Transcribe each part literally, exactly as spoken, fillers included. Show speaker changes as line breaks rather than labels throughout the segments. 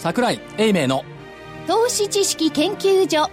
櫻井英明の
投資知識研究所。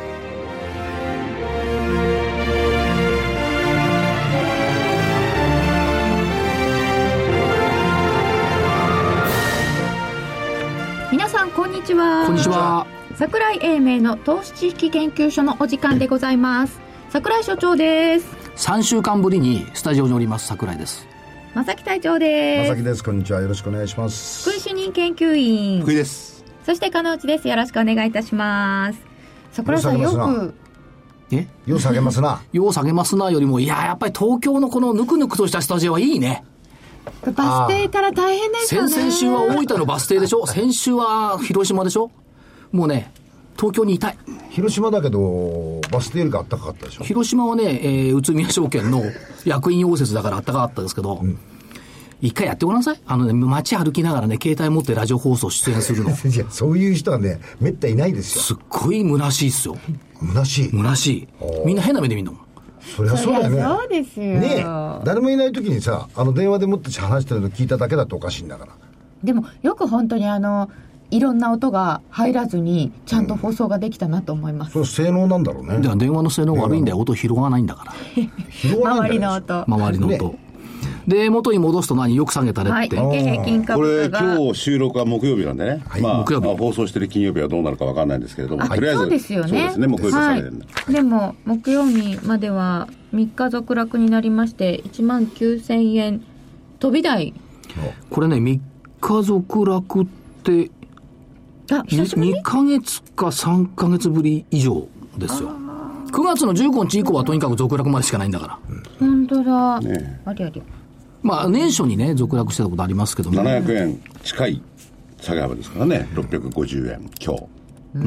皆さんこんにちは。
こんにちは。
櫻井英明の投資知識研究所のお時間でございます。櫻井所長です。
さんしゅうかんぶりにスタジオにおります櫻井です。
正木隊長です。
正木です。こんにちは。よろしくお願いします。
福井主任研究員
福井です。
そして金内です。よろしくお願いいたします。桜井さん、よく
え
よう下げますな
よう下げますなよりも、いややっぱり東京のこのぬくぬくとしたスタジオはいいね。
バス停から大変ですよね。
先々週は大分のバス停でしょ先週は広島でしょ。もうね東京にいたい。
広島だけどバス停よりかあったかかったでしょ。
広島はね、えー、宇都宮証券の役員応接だからあったかかったですけど、うん、一回やってごらんなさい。あのね、街歩きながらね、携帯持ってラジオ放送出演するの。
いや、そういう人はね、めったいないですよ。
すっごい虚しいっすよ。
虚しい
虚しい。みんな変な目で見るの。
そりゃそうだよね。
そうですよ。
ねえ、誰もいない時にさ、あの電話でもって話してるの聞いただけだとおかしいんだから。
でも、よく本当にあの、いろんな音が入らずに、ちゃんと放送ができたなと思います。
うん、その性能なんだろうね。
では電話の性能悪いんだよ。音拾わないんだから。
拾わないんだよ。
周りの音。
周りの音。ね、で元に戻すと何よく下げたねって、
はい、日経平均株価が
これ今日収録は木曜日なんでね、
はい、
まあ、
木曜日、
まあ、放送してる金曜日はどうなるか分かんないんですけれども、とりあえず
そうですよね。
そうですね、木曜日下げてるんだ、
はい、でも木曜日まではみっか続落になりましていちまんきゅうせんえん飛び台。
これねみっか続落って
あ久しぶり
にかげつかさんかげつぶり以上ですよ。くがつのじゅうごにち以降はとにかく続落までしかないんだから、
うん、本当だ、
ね、
ありあり。
まあ年初にね続落してたことありますけども、
ななひゃくえん近い下げ幅ですからね。ろっぴゃくごじゅうえん今日。
うん、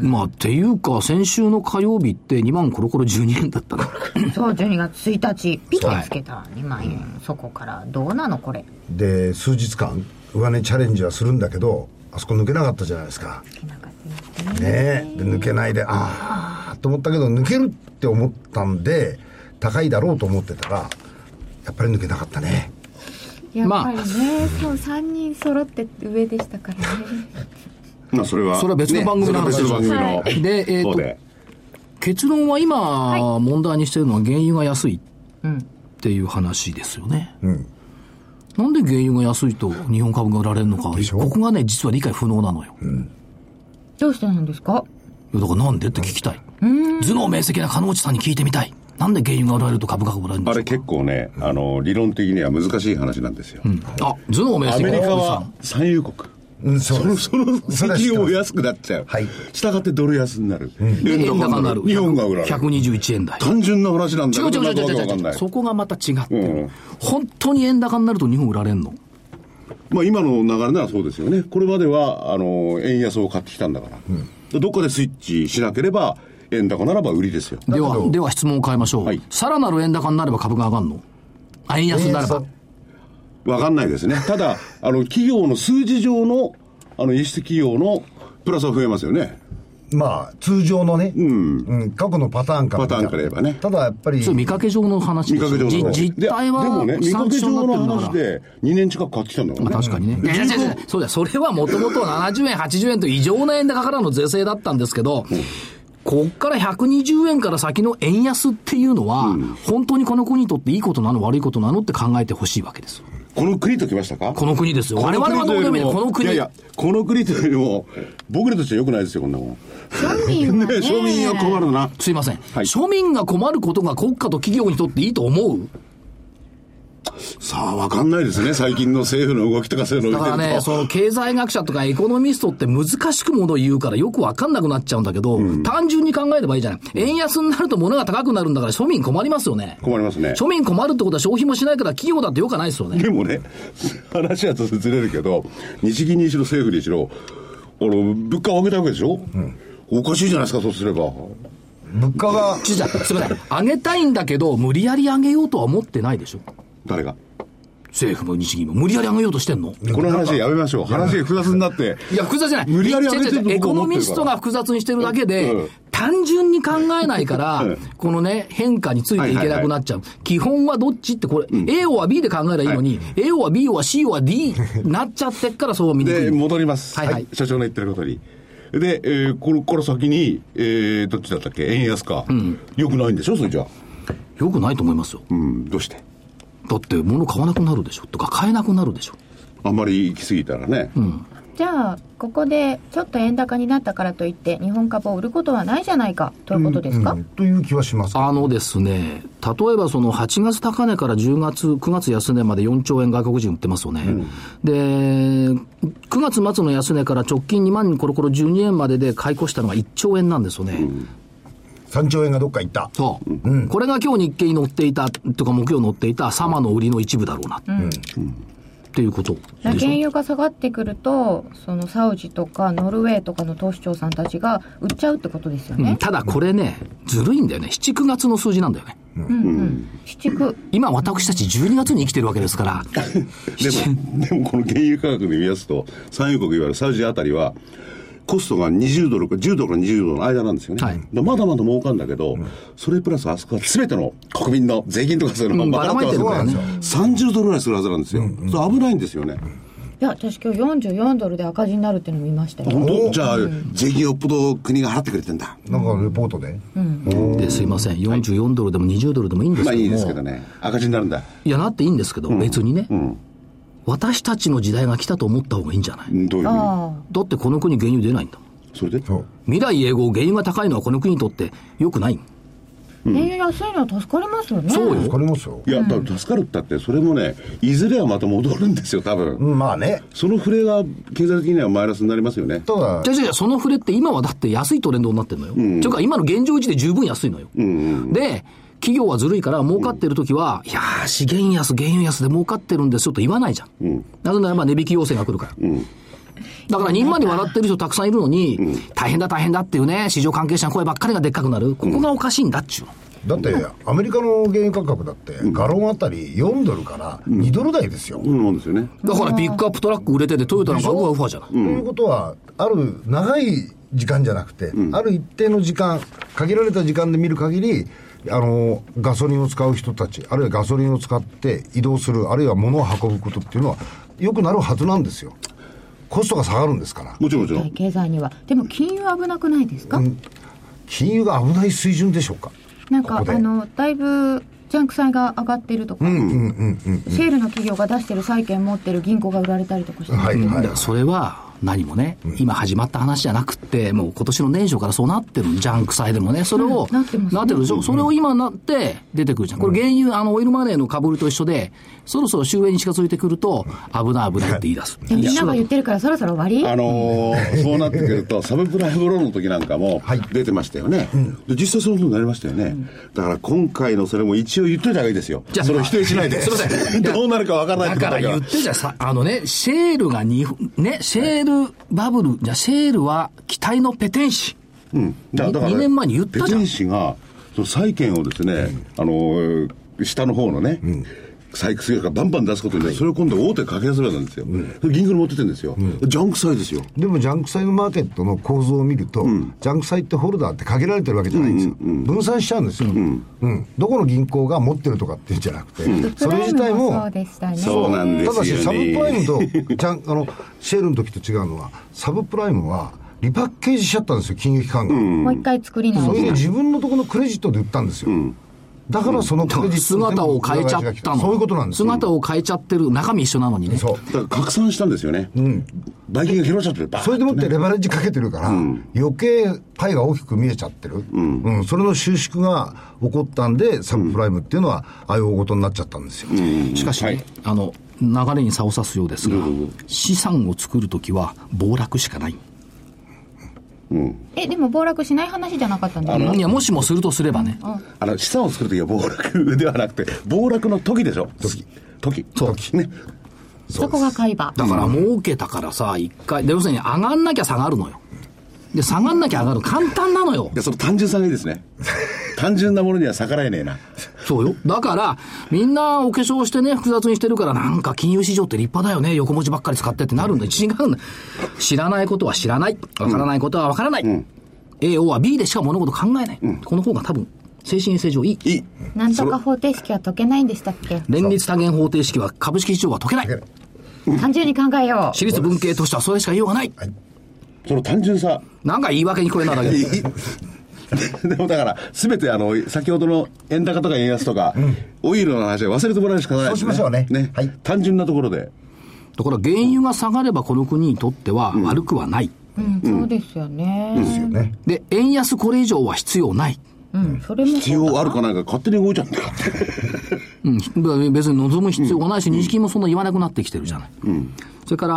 まあっていうか先週の火曜日ってにまんコロコロじゅうにえんだったの
そうじゅうにがつついたちピッとつけたにまんえん、はい、そこからどうなのこれ
で数日間上値チャレンジはするんだけど、あそこ抜けなかったじゃないですか。
抜けなかったです
ね。ねえで抜けないでああと思ったけど、抜けるって思ったんで高いだろうと思ってたらやっぱり抜けなかったね。
やっぱりね、そうさんにん揃って上でしたからね。
まあそれは
それは別の番組の話
です、ね、別の番組の
で、えー、と結論は今、はい、問題にしてるのは原油が安いっていう話ですよね、うん、なんで原油が安いと日本株が売られるのか、ここがね実は理解不能なのよ、うん、
どうしてなんですか。
いやだからなんでって聞きたい。頭脳明晰な金内さんに聞いてみたい。なんで原油が売られると株価が売られるんでしょうか。
あれ結構ね、あの理論的には難しい話なんですよ、うん、
あ頭脳明晰。
アメリカは産油国、うん、そのその石油も安くなっちゃう、はい、したがってドル安になる、うん、
円高になる。
日本が売られる
ひゃくにじゅういちえん台。
単純な話なんだけど、
違う違う違う違う違う、そこがまた違って、うん、本当に円高になると日本売られるの。
まあ今の流れならそうですよね。これまではあの円安を買ってきたんだから、うん、どっかでスイッチしなければ円高ならば売りですよ。
ではでは質問を変えましょう、はい、さらなる円高になれば株が上がるの。円安になれば
分かんないですね。ただあの企業の数字上のあの輸出企業のプラスは増えますよね。
まあ通常のね、
うん
うん、過去のパターンから
パターンから言えばね。
ただやっぱり
そう見かけ上の話です。
見かけ上の
実態は
でもね見かけ上の話でにねん近く買ってきたんだからね、
まあ、確かにね。いやいやいやそうだそれはもともとななじゅうえんはちじゅうえんと異常な円高からの是正だったんですけど、うん、こっからひゃくにじゅうえんから先の円安っていうのは、うん、本当にこの国にとっていいことなの悪いことなのって考えてほしいわけです。
この国ときましたか。
この国ですよ。我々はどうでもいい。この国。
いやいやこの国というよりも僕らとしては良くないですよこんなもん。
庶民はね
庶民は困るな。
すいません、
はい、
庶民が困ることが国家と企業にとっていいと思う。
さあ分かんないですね最近の政府の動きとかそういうのを見てると。
だからねその経済学者とかエコノミストって難しくものを言うからよく分かんなくなっちゃうんだけど、うん、単純に考えればいいじゃない。円安になると物が高くなるんだから庶民困りますよね。
困りますね。
庶民困るってことは消費もしないから企業だってよくないですよね。
でもね話はちょっとずれるけど日銀にしろ政府にしろあの物価を上げたわけでしょ、うん、おかしいじゃないですか。そうすれば
物価が
すみません上げたいんだけど無理やり上げようとは思ってないでしょ。
誰が。
政府も日銀も無理やり上げようとしてんの。
この話やめましょう。話が複雑になって。
いや複雑じゃない。
無理やり上げてると
エコノミストが複雑にしてるだけで、うん、 単純に考えないから、このね、変化についていけなくなっちゃう。はいはいはい、基本はどっちってこれ、うん、A は B で考えればいいのに、はい、A は B は C は D なっちゃってっからそう見にくい。
で、戻ります。
はいはい。
社長の言ってることに。で、えー、これから先に、えー、どっちだったっけ、円安か。うん。よくないんでしょ、それじゃあ。
よくないと思いますよ。
うん、どうして？
だって物買わなくなるでしょとか買えなくなるでしょ。
あんまり行き過ぎたらね。
うん。
じゃあここでちょっと円高になったからといって日本株を売ることはないじゃないかということですか、
うんうん、という気はします。
あのですね、例えばそのはちがつ高値からじゅうがつくがつ安値までよんちょうえん外国人売ってますよね、うん、でくがつ末の安値から直近にまんコロコロじゅうにえんまでで買い越したのがいっちょうえんなんですよね、うん、
さんちょうえんがどっか行った。
そう、うん、これが今日日経に載っていたとか木曜載っていた様の売りの一部だろうな、うんうんっていうこと
原油が下がってくるとそのサウジとかノルウェーとかの投資長さんたちが売っちゃうってことですよね、
うん、ただこれねずるいんだよね。しち、くがつの数字なんだよね、
うんうん、しち、く
今私たちじゅうにがつに生きてるわけですから
でもでもこの原油価格で見ますと産油国いわゆるサウジあたりはコストがにじゅうドルかじゅうドルからにじゅうドルの間なんですよね、はい、まだまだ儲かるんだけど、うん、それプラスあそこは全ての国民の税金とかそういうのがばらまいてるからね、さんじゅうドルぐらいするはずなんですよ、うんうん、それ危ないんですよね。
いや私今日よんじゅうよんドルで赤字になるっていうのを見ましたよ。
本当？じゃあ、うん、税金よっぽど国が払ってくれてんだ。
なんかレポートで、
うん、
ですいませんよんじゅうよんドルでもにじゅうドルでもいいんですけども、まあい
いですけどね、赤字になるんだ。
いやなっていいんですけど、うん、別にね、うん、私たちの時代が来たと思った方がいいんじゃない？
どういう
あ
だってこの国原油出ないんだもん。
それで
未来永劫原油が高いのはこの国にとって良くない。
原油安いのは助かりますよね。
そうよ、
助かりますよ。
いや、だから助かるったってそれもねいずれはまた戻るんですよ多分、
うん、まあね
その触れが経済的にはマイナスになりますよね。
ただじゃあじゃあその触れって今はだって安いトレンドになってるのよ、うん、というか今の現状維持で十分安いのよ、うんうん、で企業はずるいから儲かってるときは、うん、いやー資源安原油安で儲かってるんですよと言わないじゃん、うん、なぜならば値引き要請が来るから、うんだからにまんに笑ってる人たくさんいるのに、うん、大変だ大変だっていうね市場関係者の声ばっかりがでっかくなる。ここがおかしいんだっちゅう
の。だってアメリカの原油価格だってガロンあたりよんドルからにドル台ですよ、
うんうんですよね、
だからピックアップトラック売れててトヨタの株がウファじゃない、
ということはある長い時間じゃなくて、うん、ある一定の時間限られた時間で見る限りあのガソリンを使う人たちあるいはガソリンを使って移動するあるいは物を運ぶことっていうのは良くなるはずなんですよ。コストが下がるんですから。
もちろんもちろん。
経済には。でも金融危なくないですか、うん、
金融が危ない水準でしょうか。
なんかここあのだいぶジャンク債が上がっているとか、うんうんうんうん、シェールの企業が出している債券持っている銀行が売られたりとかして、はいはいはい、
それは何もね、うん、今始まった話じゃなくてもう今年の年初からそうなってるジャンク債でもねそれを、うん、なってますね、なってるでしょ、うん、それを今なって出てくるじゃん。これ原油あのオイルマネーの株売りと一緒でそろそろ終焉に近づいてくると危ない危ないって言い出す、
うん、みんなが言ってるからそろそろ終わり。
あのー、そうなってくるとサブプライムローンの時なんかも出てましたよね、はい、で実際そういうことになりましたよね、うん、だから今回のそれも一応言っといた方がいいですよ。じゃあそれを否定しないで。すいませんどうなるかわからないって
だから言ってじゃさあのねシェールがにねシェールバブルじゃあシェールは期待のペテン師、
うん、だだからにねんまえに言ったじゃん。ペテン師がその債券をですね、うん、あの下の方のね、うん、採掘業がバンバン出すことに、ね、それを今度大手掛けするなんですよ、うん、銀行に持ってってるんですよ、うん、ジャンク債ですよ。
でもジャンク債のマーケットの構造を見ると、うん、ジャンク債ってホルダーって限られてるわけじゃないんですよ、うんうんうん、分散しちゃうんですよ、うんうん、どこの銀行が持ってるとかっていうんじゃなくて、うん、それ自体も
そうでしたね。
そうなんですよね。
ただしサブプライムとジャンあのシェールの時と違うのはサブプライムはリパッケージしちゃったんですよ金融機関が、うん、
もう一回作り直して
それで自分のところのクレジットで売ったんですよ、うん、だからそのクレジット
姿を変えちゃったの。
そういうことなんですよ。
姿を変えちゃってる中身一緒なのにね。
そうだから拡散したんですよね、うん、売金が広がっちゃってるバーッとね。そ
れでもってレバレッジかけてるから、うん、余計パイが大きく見えちゃってる、うんうん、それの収縮が起こったんでサブプライムっていうのはああいう大事になっちゃったんですよ、
うん、しかし、ね、はい、あの流れに差を差すようですが、うん、資産を作るときは暴落しかない。
うん、えでも暴落しない話じゃなかったんですか。
いやもしもするとすればね、うん、
あの資産を作るときは暴落ではなくて暴落の時でしょ。時時
そう
時ね。
そこが買い場
だから儲けたからさ一回で要するに上がんなきゃ下がるのよ。で下がんなきゃ上がる簡単なのよ。
いやその単純さがいいですね単純なものには逆らえねえな。
そうよ。だからみんなお化粧してね複雑にしてるからなんか金融市場って立派だよね横文字ばっかり使ってってなるんだ。違うんだ。知らないことは知らない、わからないことはわからない、うん、 A は B でしか物事考えない、うん、この方が多分精神衛生上いい。いい。
なんとか方程式は解けないんでしたっけ？
連立多元方程式は株式市場は解けない。
単純に考えよう。
私立文系としてはそれしか言いようがない。はい、
その単純さ。
なんか言い訳に聞こえなだけで。
でもだから、すべてあの、先ほどの円高とか円安とか、うん、オイルの話は忘れてもらうしかないですね。
そうしましょうね。
ね。はい。単純なところで。
だから原油が下がればこの国にとっては悪くはない。
うん、うん、そうですよね。
ですよね。
で、円安これ以上は必要ない。
うん、それも
必要あるかないか勝手に動いちゃうんだよ。
うん、別に望む必要がないし、うん、日銀もそんな言わなくなってきてるじゃない。うん、それから、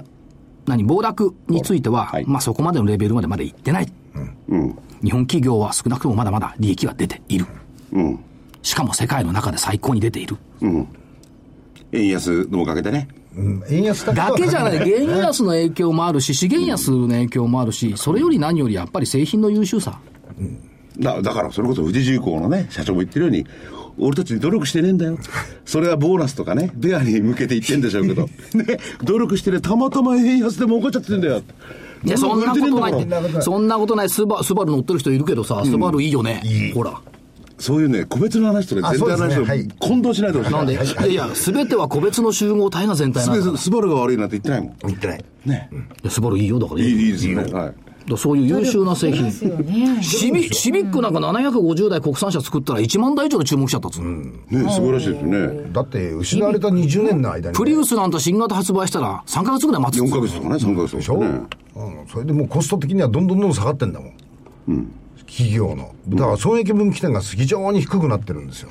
何、暴落については、はい、まあそこまでのレベルまでまでいってない。うん、日本企業は少なくともまだまだ利益は出ている。うん、しかも世界の中で最高に出ている。うん、
円安のおかげでね。
うん、円安だけ
だけじゃない、原油安の影響もあるし、資源安の影響もあるし、それより何よりやっぱり製品の優秀さ。
うんだ, だからそれこそ富士重工のね社長も言ってるように俺たちに努力してねえんだよそれはボーナスとかねベアに向けて言ってんでしょうけど、ね、努力してねたまたま円安で儲かっちゃってんだよ
いやそんなことないってそんなことないスバスバル乗ってる人いるけどさスバルいいよね、うん、ほら
そういうね個別の話とね全体の話と、ねはい、混同しないでほしい。
なんで、はい、いや全ては個別の集合体が全体なんだ。
スバルが悪いなんて言ってないもん。
言ってない
ね、
うん、いやスバルいいよだからいい
いいですよね。はい
そういう優秀な製品、ね、シ, ビシビックなんかななひゃくごじゅうだい国産車作ったらいちまんだい以上の注目しちゃったっつう、うん
ね、素晴らしいですよね。
だって失われたにじゅうねんの間に、ね、
プリウスなんて新型発売したらさんかげつぐらい待つ
よんかげつとかねさんかげつとかねでしょ、うん、
それでもうコスト的にはどんどんどんどん下がってんだもん、うん、企業のだから損益分岐点が非常に低くなってるんですよ、うん、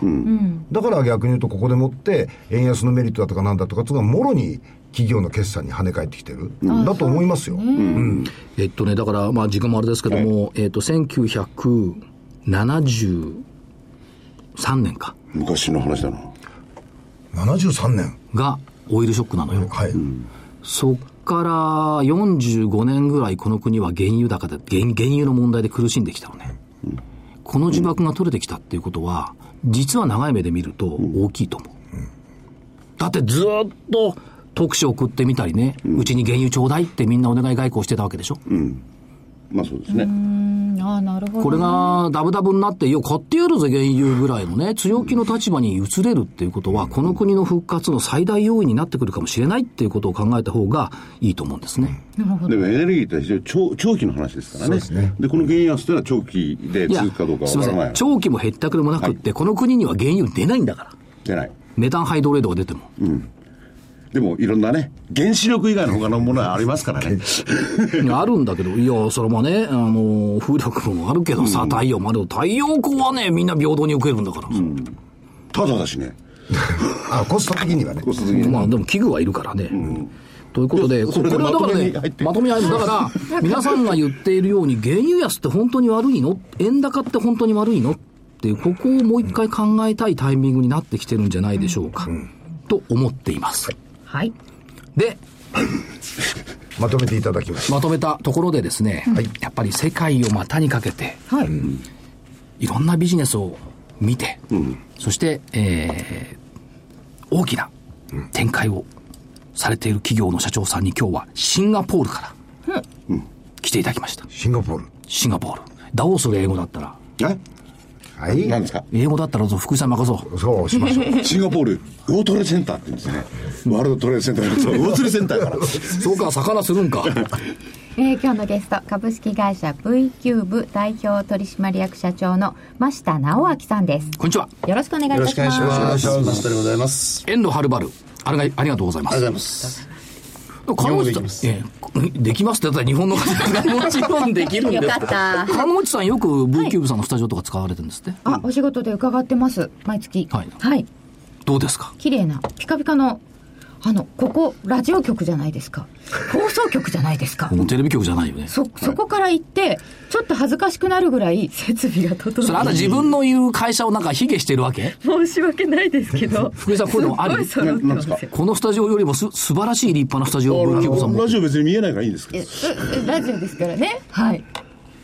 だから逆に言うとここでもって円安のメリットだとかなんだとかっていうのがもろに企業の決算に跳ね返ってきてる、うん、だと思いますよ、うんうん、
えっとねだからまあ時間もあれですけども、はい、えっとせんきゅうひゃくななじゅうさんねんか
昔の話だな
ななじゅうさんねん
がオイルショックなのよ、はい、うん、そっからよんじゅうごねんぐらいこの国は原油高で 原, 原油の問題で苦しんできたのね、うん、この呪縛が取れてきたっていうことは実は長い目で見ると大きいと思う、うん、だってずっと特使送ってみたりね、うち、ん、に原油ちょうだいってみんなお願い外交してたわけでしょ、うん、
まあそうですね。うー
ん、あ、なるほど、ね、
これがダブダブになっていや買ってやるぜ原油ぐらいのね強気の立場に移れるっていうことは、うん、この国の復活の最大要因になってくるかもしれないっていうことを考えた方がいいと思うんですね、
うん、なるほど。
でもエネルギーって非常に 長, 長期の話ですからね。そうですね。でこの原油安というのは長期で続くかどうかわからない。いやすみません、長
期も減ったくれもなくって、はい、この国には原油出ないんだから
出ない
メタンハイドレードが出ても、うん、
でもいろんなね原子力以外の他のものはありますからね
あるんだけどいやそれもねあの風力もあるけどさ、うん、太陽もある太陽光はねみんな平等に受けるんだから、うん、
ただだしね
あコスト的にはねコスト的には、
まあでも器具はいるからね、うん、ということでこれはだからねまとめに入るだから皆さんが言っているように原油安って本当に悪いの円高って本当に悪いのっていうここをもう一回考えたいタイミングになってきてるんじゃないでしょうか、うん、と思っています。
はい。
で、
まとめていただきます。
まとめたところでですね、はい、やっぱり世界を股にかけて、はい、いろんなビジネスを見て、うん、そして、えー、大きな展開をされている企業の社長さんに今日はシンガポールから、うん、来ていただきました。
シンガポール。
シンガポール。どうする英語だったら。
えはい。何ですか。
英語だったら福井さん任そう。
そうしましょう。
シンガポールウォートレードセンターって言うんですね。ワールドトレードセンターのウォートレードセンターから。
そうか、魚するんか。
えー、今日のゲスト株式会社 V キューブ代表取締役社長の増田直明さんです。
こんにちは。
よろしくお願いいたします。
よろしくお願いします。増田でございます。
遠藤はるばるあれがありがとうございます。
ありがとうございます。
金内さん、えー、できますって言ったら日本の方がもちろんできるんです
よかった。
金内さんよく V キューブさんのスタジオとか使われてるんですって、
はい、あ、お仕事で伺ってます毎月。
はい、
はい、
どうですか。
綺麗なピカピカのあのここラジオ局じゃないですか、放送局じゃないですか。
もうテレビ局じゃないよね。
そ, そこから行ってちょっと恥ずかしくなるぐらい設備が整って。
それあなた自分の言う会社をなんか卑下してるわけ。
申し訳ないですけど
福井さんこういうのあり。
すごい揃ってますよ。
このスタジオよりもす素晴らしい立派なスタジオを V キューブさんも。
ラジオ別に見えないからいいんですか。
ラジオですからね。はい。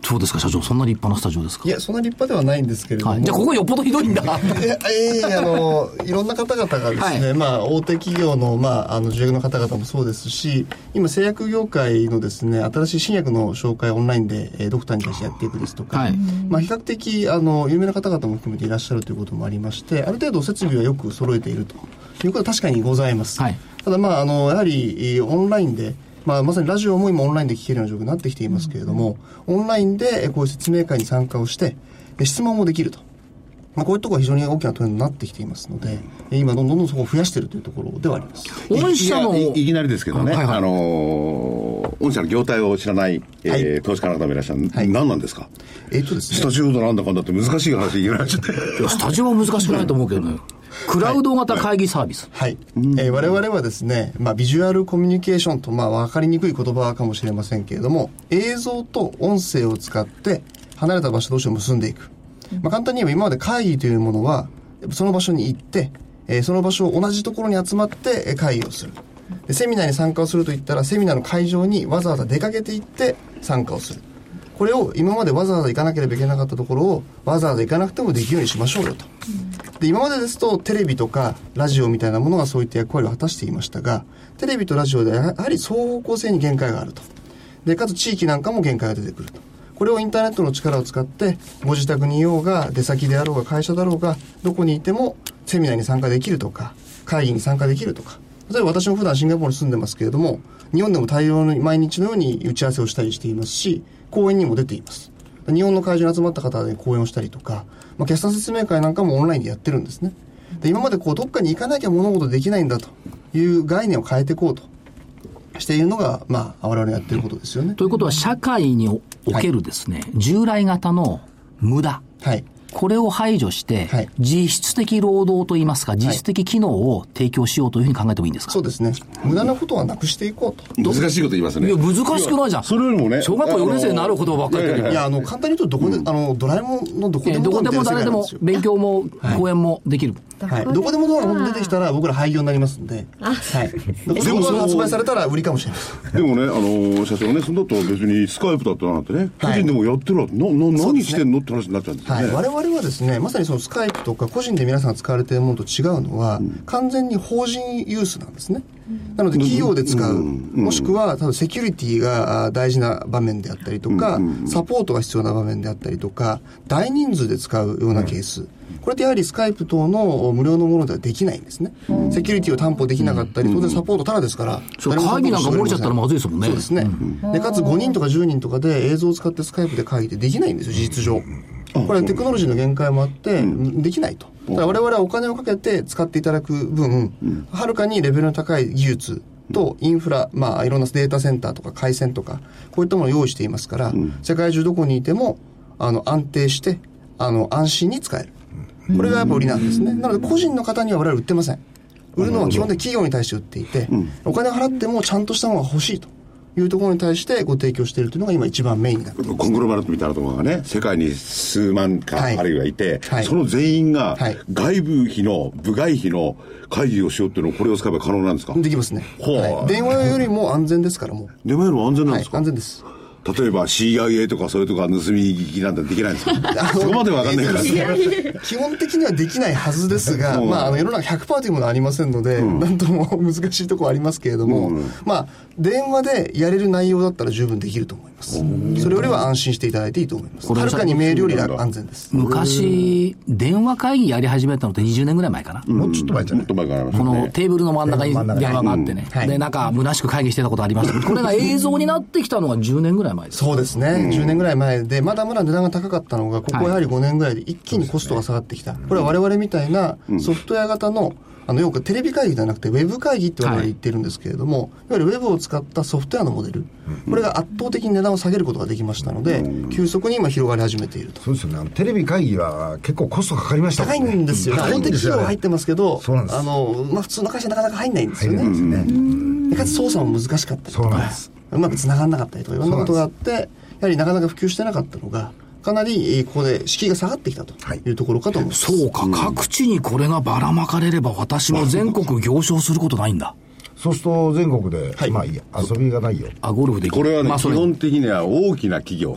そうですか、社長、そんな立派なスタジオですか？
いや、そんな立派ではないんですけれども、
はい、じゃあここよっぽどひどいんだ。
いや、えー、あのいろんな方々がですね、はい、まあ、大手企業の、まあ、あの重役の方々もそうですし、今製薬業界のですね、新しい新薬の紹介をオンラインで、えー、ドクターに対してやっていくですとか、はい、まあ、比較的あの有名な方々も含めていらっしゃるということもありまして、ある程度設備はよく揃えているということは確かにございます、はい、ただ、まあ、あのやはりオンラインで、まあ、まさにラジオも今オンラインで聞けるような状況になってきていますけれども、うん、オンラインでこういう説明会に参加をして質問もできると、まあ、こういうところが非常に大きなトレンドになってきていますので、今どんどんどんそこを増やしているというところではあります。
御社の い, い, いきなりですけどね、はいはい、あのー、御社の業態を知らない、えーはい、投資家の方もいらっしゃる、はい、何なんですか？えーっとですね、スタジオだなんだかんだって難しい話言われちゃっていや、スタジオは難しくないと思うけどねクラウド型会議サービス。
はい。はい、えー、我々はですね、まあ、ビジュアルコミュニケーションと、まあ、分かりにくい言葉かもしれませんけれども、映像と音声を使って離れた場所同士を結んでいく。まあ、簡単に言えば今まで会議というものは、その場所に行って、えー、その場所を同じところに集まって会議をする。で、セミナーに参加をするといったら、セミナーの会場にわざわざ出かけていって参加をする。これを今までわざわざ行かなければいけなかったところをわざわざ行かなくてもできるようにしましょうよと。で、今までですとテレビとかラジオみたいなものがそういった役割を果たしていましたが、テレビとラジオではやはり双方向性に限界があると。で、かつ地域なんかも限界が出てくると。これをインターネットの力を使ってご自宅にいようが出先であろうが会社だろうがどこにいてもセミナーに参加できるとか会議に参加できるとか、例えば私も普段シンガポールに住んでますけれども、日本でも大量に毎日のように打ち合わせをしたりしていますし、講演にも出ています。日本の会場に集まった方で講演をしたりとか、まあ、決算説明会なんかもオンラインでやってるんですね。で、今までこうどっかに行かなきゃ物事できないんだという概念を変えていこうとしているのが、まあ、我々やっていることですよね。
ということは社会におけるですね、はい、従来型の無駄、はい、これを排除して、はい、実質的労働といいますか実質的機能を提供しようというふうに考えてもいいんですか？
そうですね。無駄なことはなくしていこう
と。難しいこと言いますね。
いや難しくないじゃん。
それよりもね、
小学校よねん生になる言葉ばっかり言ってる。
いや、あの簡単に言うとどこで、うん、あのドラえもんのどこでも
どこでも誰でも勉強も講演もできる。
はい、どこでもドラえもん出てきたら僕ら廃業になりますんで、はい、でもそれ発売されたら売りかもしれないです。
でもね、あの社長ね、そのだと別にスカイプだったなんてね、個人でもやってるわ、はい、なな何してんのって話になっちゃうんですよね。
はい、我々はですね、まさにそのスカイプとか個人で皆さんが使われているものと違うのは、うん、完全に法人ユースなんですね。なので企業で使う、うんうん、もしくは多分セキュリティが大事な場面であったりとか、うんうん、サポートが必要な場面であったりとか、大人数で使うようなケース、うん、これってやはりスカイプ等の無料のものではできないんですね。うん、セキュリティを担保できなかったり、当然サポートタダですから、
うん、会議なんか漏れちゃったらまずいですもんね。
そうですね。うん、でかつごにんとかじゅうにんとかで映像を使ってスカイプで会議ってできないんですよ、事実上。これはテクノロジーの限界もあってできないと。だから我々はお金をかけて使っていただく分、はるかにレベルの高い技術とインフラ、まあいろんなデータセンターとか回線とかこういったものを用意していますから、世界中どこにいてもあの安定してあの安心に使える。これがやっぱ売りなんですね。なので個人の方には我々売ってません。売るのは基本的に企業に対して売っていて、お金を払ってもちゃんとしたものが欲しいというところに対してご提供しているというのが今一番メインになっています。
コングロマラットみたいなところがね、世界に数万か、はい、あるいはいて、はい、その全員が外部費の部外費の会議をしようっていうのをこれを使えば可能なんですか？
できますね。はい、電話よりも安全ですから。もう
電話よりも安全なんですか？
はい、安全です。
例えば シーアイエー とかそれとか盗み聞きなんてできないんですか？そこまでは分かんないから
基本的にはできないはずですが、まあ、あの世の中 ひゃくパーセント というものはありませんので、うん、なんとも難しいところはありますけれども、うん、まあ電話でやれる内容だったら十分できると思います。それよりは安心していただいていいと思います。はるかにメールより安全です。
昔電話会議やり始めたのってにじゅうねんぐらい前かな、
うん、もうちょっと前じゃない、
もっと前から
このテーブルの真ん中に電話があってね、はい、でなんか虚しく会議してたことありましたけど、これが映像になってきたのがじゅうねんぐらい前です。
そうですね、うん、じゅうねんぐらい前で、まだまだ値段が高かったのがここやはりごねんぐらいで一気にコストが下がってきた、はい、これは我々みたいなソフトウェア型のあのよくテレビ会議ではなくてウェブ会議って我々言ってるんですけれども、はい、いわゆるウェブを使ったソフトウェアのモデル、これが圧倒的に値段を下げることができましたので、急速に今広がり始めていると。
そうですよね。テレビ会議は結構コストかかりましたもんね。
高いんですよ。大手企業は入ってますけど、
そうなんです。
あの、まあ、普通の会社なかなか入んないんですよね。入んないですね。でかつ操作も難しかったりとか、うまく繋がんなかったりとかいろんなことがあって、やはりなかなか普及してなかったのが、かなりここで敷居が下がってきたというところかと思います。
はい、そうか、うん、各地にこれがばらまかれれば私も全国行商することないんだ。
そうすると全国で、はい、まあいいや、遊びがないよ。
あ、ゴルフできる。
これはね、
まあ、
基本的には大きな企業さん、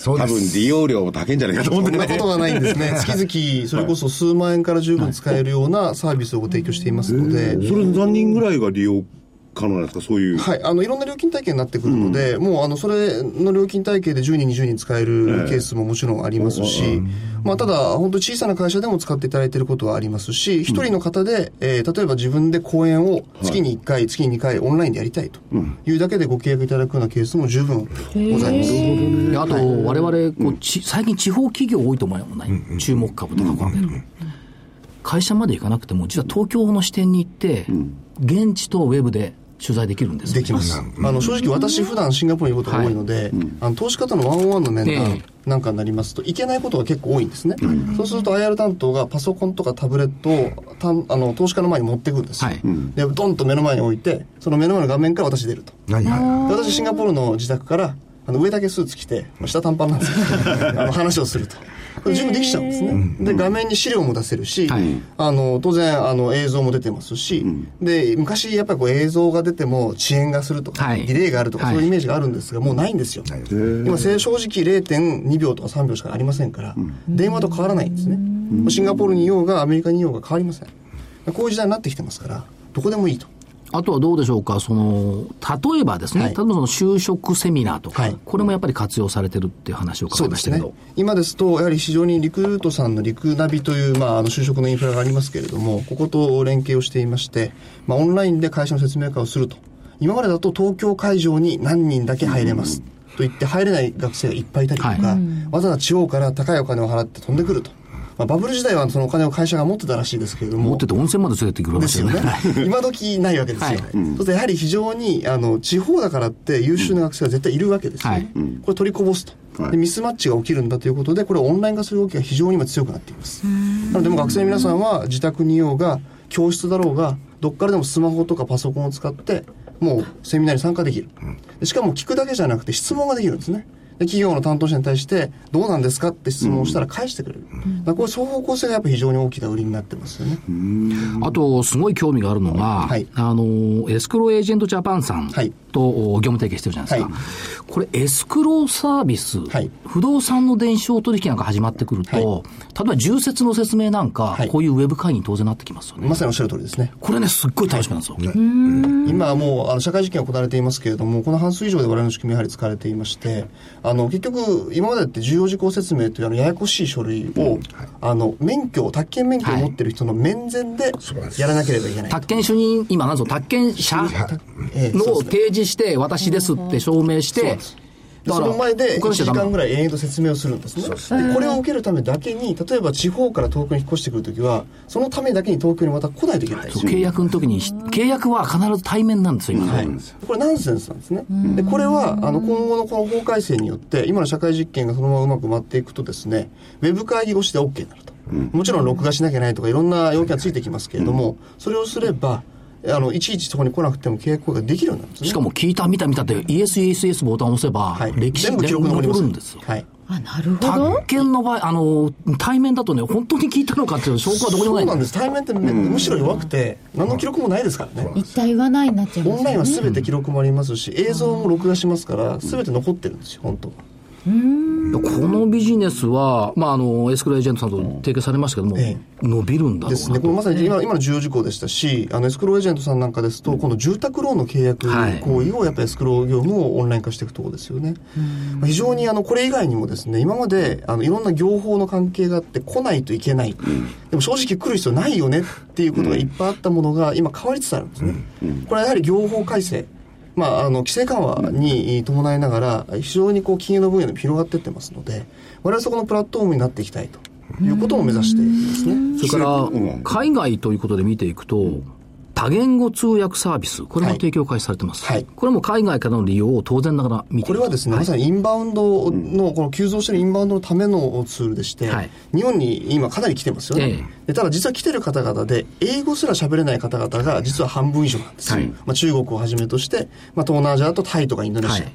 多分利用料も高いんじゃないかと思ってね。
そんなことがないんですね。月々それこそ数万円から十分使えるようなサービスをご提供していますので、
それ何人ぐらいが利用可能なんですか、そういう。
はい、あのいろんな料金体系になってくるので、うん、もうあのそれの料金体系でじゅうにんにじゅうにん使えるケースももちろんありますし、えーまあ、ただ本当小さな会社でも使っていただいていることはありますし、一、うん、人の方で、えー、例えば自分で講演を月にいっかい、はい、月ににかいオンラインでやりたいというだけでご契約いただくようなケースも十分ございます。
であと我々こうち最近地方企業多いと思うよね、うん、注目株とかこう、うん、会社まで行かなくても実は東京の支店に行って、うん、現地とウェブで取材できるんです、ね、
できます。あの正直私普段シンガポールにいることが多いので、はい、あの投資家とのワンオンワンの面談なんかになりますといけないことが結構多いんですね、うん、そうすると アイアール 担当がパソコンとかタブレットをたあの投資家の前に持ってくるんですよ、はい、でドンと目の前に置いてその目の前の画面から私出ると、はいはい、で私シンガポールの自宅からあの上だけスーツ着て下短パンなんですけどあの話をするとこれ十分できちゃうんですね、うん、で画面に資料も出せるし、はい、あの当然あの映像も出てますし、うん、で昔やっぱりこう映像が出ても遅延がするとか、はい、ディレイがあるとか、はい、そういうイメージがあるんですがもうないんですよ、はい、今正直 れいてんにびょうとかさんびょうしかありませんから、うん、電話と変わらないんですね、うん、シンガポールにいようがアメリカにいようが変わりません。こういう時代になってきてますからどこでもいいと。
あとはどうでしょうか、その例えばですね、はい、例えばその就職セミナーとか、はい、これもやっぱり活用されてるっていう話を伺いましたけど、
そうですね、今ですとやはり非常にリクルートさんのリクナビという、まあ、あの就職のインフラがありますけれども、ここと連携をしていまして、まあ、オンラインで会社の説明会をすると。今までだと東京会場に何人だけ入れます、うん、と言って入れない学生がいっぱいいたりとか、はい、わざわざ地方から高いお金を払って飛んでくると。まあ、バブル時代はそのお金を会社が持ってたらしいですけれども、
持ってて温泉まで連れてくるわけですよね。
ですよね。今時ないわけですよ。はい、そうするとやはり非常にあの地方だからって優秀な学生が絶対いるわけですよね。はい、これ取りこぼすと。でミスマッチが起きるんだということで、これをオンライン化する動きが非常に今強くなっています。なのでも学生の皆さんは自宅にいようが教室だろうがどっからでもスマホとかパソコンを使ってもうセミナーに参加できる。でしかも聞くだけじゃなくて質問ができるんですね。で企業の担当者に対してどうなんですかって質問をしたら返してくれる、うん、だからこういう双方向性がやっぱり非常に大きな売りになってますよね。
あとすごい興味があるのが、はい、あのエスクローエージェントジャパンさんと業務提携してるじゃないですか、はい、これエスクローサービス、はい、不動産の電子商取引なんか始まってくると、はい、例えば住設の説明なんか、はい、こういうウェブ会議に当然なってきますよね。
まさにおっしゃる通りですね。
これねすっごい楽しくなるんですよ、はい、
今はもうあの社会実験が行われていますけれども、この半数以上で我々の仕組みやはり使われていまして、あの結局今までって重要事項説明というあのややこしい書類を、うんはい、あの免許宅建免許を持っている人の面前でやらなければいけない、はい、
宅建主任今なんぞ宅建者の提示して私ですって証明して、
その前でいちじかんぐらい延々と説明をするんですね。でこれを受けるためだけに例えば地方から東京に引っ越してくるときはそのためだけに東京にまた来ないといけない。
契約の時に契約は必ず対面なんですよ今、
はい、これナンセンスなんですね。でこれはあの今後のこの法改正によって今の社会実験がそのままうまく回っていくとですね、ウェブ会議越しで OK になると、うん、もちろん録画しなきゃいけないとかいろんな要件がついてきますけれども、うん、それをすればあのいちいちそこに来なくても契約ができるようになるんですね。
しかも聞いた見た見たって イーエスイーエスエス ボタンを押せば、はい、歴史で残るんですよ。
はい、あなるほど。
宅建の場合あの対面だとね本当に聞いたのかっていう証拠はどこにもない。
そうなんです。対面ってむ、むしろ弱くて何の記録もないですからね。
一体はないになっちゃいますね。
オンラインは全て記録もありますし、映像も録画しますから全て残ってるんですよ本当は。
うーんこのビジネスは、まあ、あのエスクローエージェントさんと提携されましたけども、ええ、伸びるんだろうな
ですね。これまさに 今, 今の重要事項でしたし、あのエスクローエージェントさんなんかですと、うん、この住宅ローンの契約行為をやっぱりエスクロー業務をオンライン化していくところですよね。まあ、非常にあのこれ以外にもですね、今まであのいろんな業法の関係があって来ないといけない、うん、でも正直来る必要ないよねっていうことがいっぱいあったものが今変わりつつあるんですね。うんうん、これはやはり業法改正、まあ、あの規制緩和に伴いながら非常にこう金融の分野でも広がっていってますので、我々はそこのプラットフォームになっていきたいということを目指していますね。
それから海外ということで見ていくと、多言語通訳サービス、これも提供開始されてます、はい、これも海外からの利用を当然ながら見ている。
これはですね、はい、まさにインバウンドのこの急増しているインバウンドのためのツールでして、はい、日本に今かなり来てますよね、ええ、でただ実は来てる方々で英語すら喋れない方々が実は半分以上なんですよ、はい、まあ、中国をはじめとして、まあ、東南アジアとタイとかインドネシア、はい、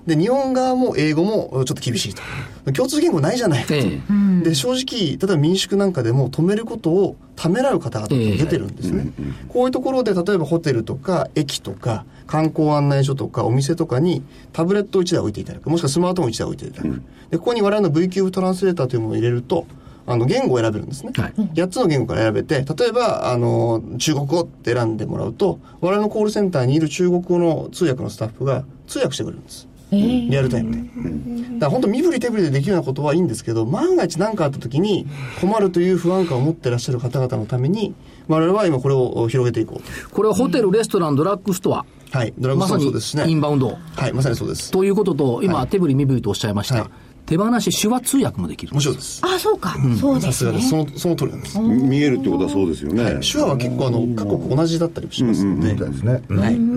で、日本側も英語もちょっと厳しいと。共通言語ないじゃないかと。ええ、で、正直、例えば民宿なんかでも止めることをためらう方々が出てるんですね。ええ、こういうところで、例えばホテルとか駅とか観光案内所とかお店とかにタブレットをいちだい置いていただく。もしくはスマートフォンいちだい置いていただく。で、ここに我々の V キューブトランスレーターというものを入れると、あの、言語を選べるんですね。はい、やっつの言語から選べて、例えば、あの、中国語って選んでもらうと、我々のコールセンターにいる中国語の通訳のスタッフが通訳してくれるんです。えー、リアルタイムで。だから本当身振り手振りでできるようなことはいいんですけど、万が一何かあった時に困るという不安感を持ってらっしゃる方々のために、我々は今これを広げていこうと。
これはホテル、レストラン、ドラッグストア。
はい。ドラッグストアもそうですね。
まさにインバウンド。
はい、まさにそうです。
ということと、今、はい、手振り身振りとおっしゃいました。はい、手放し手話通訳もできる。
もちろんです。
あ、そうか。うん、そうですね。さすがです。
その、その通りなんです。
見えるってことはそうですよね。
はい、手話は結構あの、各国同じだったりしますので。
そうですね。
はい。うん。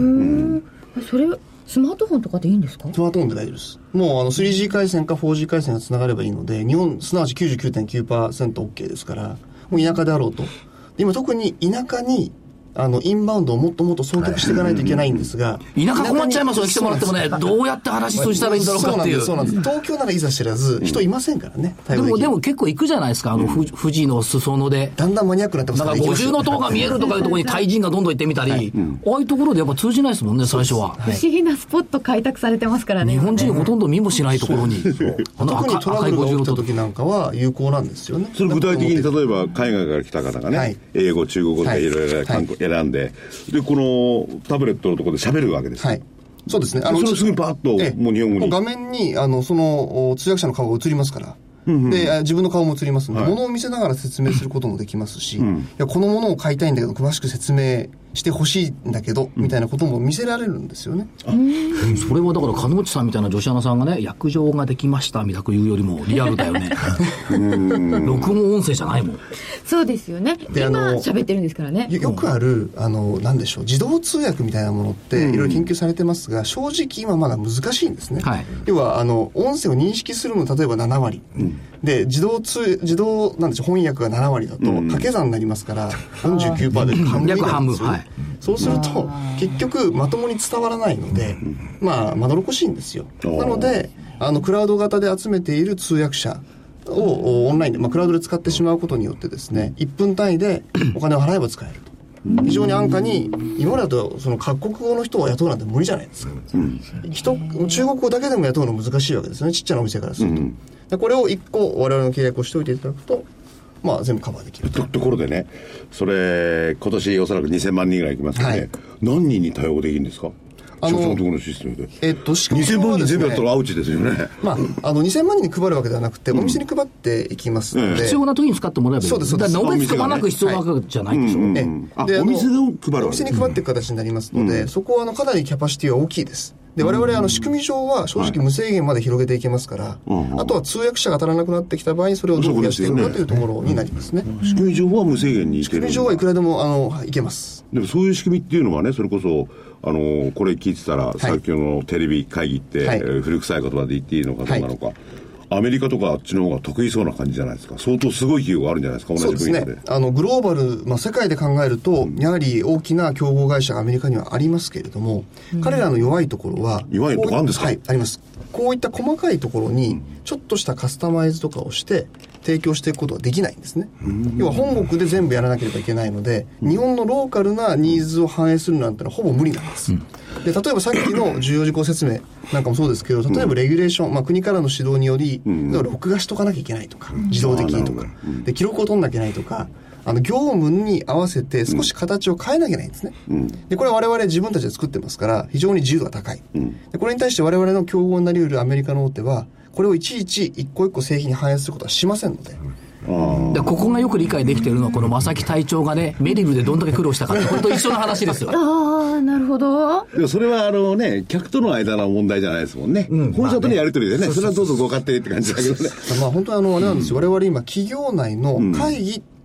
それ、スマートフォンとかでいいんですか？
スマートフォンで大丈夫です。もうあの スリージー 回線か フォージー 回線がつながればいいので、日本、すなわち きゅうじゅうきゅうてんきゅうパーセントオーケー ですから、もう田舎であろうと。今特に田舎に、あの、インバウンドをもっともっと送客していかないといけないんですが。
田舎困っちゃいますよ、来てもらってもね。どうやって話通じたらいいんだろうかっていう。
そうなんです。東京ならいざ知らず、人いませんからね。
でも、でも結構行くじゃないですか、あの、富士の裾野で。
だんだんマニアックになってます
から。だから五重の塔が見えるとかいうところにタイ人がどんどん行ってみたり、ああいうところでやっぱ通じないですもんね、最初は。
不思議なスポット開拓されてますからね。
日本人ほとんど見もしないところに。
特にトラブルが起きた時なんかは有効なんですよね。
それ具体的に例えば海外から来た方がね、英語、中国語でいろいろ選んで、で、このタブレットのところで喋るわけです。
はい。そうですね。
あの、それすぐパーッと、もう日本語に。
画面に、あの、その、通訳者の顔が映りますから。うんうん、で、自分の顔も映りますので、はい、物を見せながら説明することもできますし、うん、いやこのものを買いたいんだけど、詳しく説明してほしいんだけど、うん、みたいなことも見せられるんですよね。
あ、それはだから、鹿野内さんみたいな女子アナさんがね、約定ができましたみたいな言うよりもリアルだよね。録音音声じゃないもん。
そうですよね。で、今喋ってるんですからね。
よくある、あの、なんでしょう、自動通訳みたいなものって、いろいろ研究されてますが、正直今まだ難しいんですね。はい、要は、あの、音声を認識するの例えばななわり。うん、で、自動通、自動、なんでしょう、翻訳がななわりだと、掛け算になりますから、よんじゅうきゅうパーセント で半分になるんですよ。はい、そうすると、結局、まともに伝わらないので、まあ、まどろっこしいんですよ。なので、あの、クラウド型で集めている通訳者をオンラインで、まあ、クラウドで使ってしまうことによってですね、いっぷん単位でお金を払えば使えると。非常に安価に、今までだとその各国語の人を雇うなんて無理じゃないですか。うん、人中国語だけでも雇うの難しいわけですね、ちっちゃなお店からすると。うん、でこれをいっこ我々の契約をしておいていただくと、まあ、全部カバーできると。
ところでね、それ今年おそらくにせんまんにんぐらい行きますので、はい、何人に対応できるんですか？あののところのシステムで、
えっと、しかも
にせんまんにん全部やったらアウチですよね。
まあ、あのにせんまんにんに配るわけではなくて、うん、お店に配っていきますので、
うん、必要な時に使ってもらえばいい。そうです、そうです。だから、のべつかまなく必要なわけじゃないんでしょう。
はい、うんうん、で、お店で配るわけですね。
お店に配っていく形になりますので、うん、そこはあのかなりキャパシティは大きいです。で、我々あの仕組み上は正直無制限まで広げていけますから、はい、あとは通訳者が足らなくなってきた場合にそれをどう増やしていくかというところになりますね。
うん、仕組み上は無制限にいける。
仕組み上はいくらでもあのいけます。
でもそういう仕組みっていうのはね、それこそあのこれ聞いてたら、はい、さっきのテレビ会議って、はい、古臭い言葉で言っていいのかどうなのか、はい、アメリカとかあっちの方が得意そうな感じじゃないですか。相当すごい企業があるんじゃないですか、同じ分野で。
そうですね。あのグローバル、まあ、世界で考えると、うん、やはり大きな競合会社がアメリカにはありますけれども、うん、彼らの弱いところは
弱いところあるんですか？
はい、あります。こういった細かいところにちょっとしたカスタマイズとかをして提供していくことはできないんですね。要は本国で全部やらなければいけないので、日本のローカルなニーズを反映するなんてのはほぼ無理なんです。で、例えばさっきの重要事項説明なんかもそうですけど、例えばレギュレーション、まあ、国からの指導により、録画しとかなきゃいけないとか、自動的にとか、で記録を取んなきゃいけないとか、あの業務に合わせて少し形を変えなきゃいけないんですね。うん、でこれは我々自分たちで作ってますから非常に自由度が高い。うん、でこれに対して我々の競合になり得るアメリカの大手はこれをいちいち一個一個製品に反映することはしませんので。
でここがよく理解できているのはこの正木隊長がねメリルでどんだけ苦労したかってこれと一緒の話ですよ。
ああなるほど。
でもそれはあのね客との間の問題じゃないですもんね。うん、本社とのやり取りでね、まあ、ねそれはどうぞご勝手にって感じだけどね。
まあ本当にあのあれなんですよ、うん、我々今企業内の会議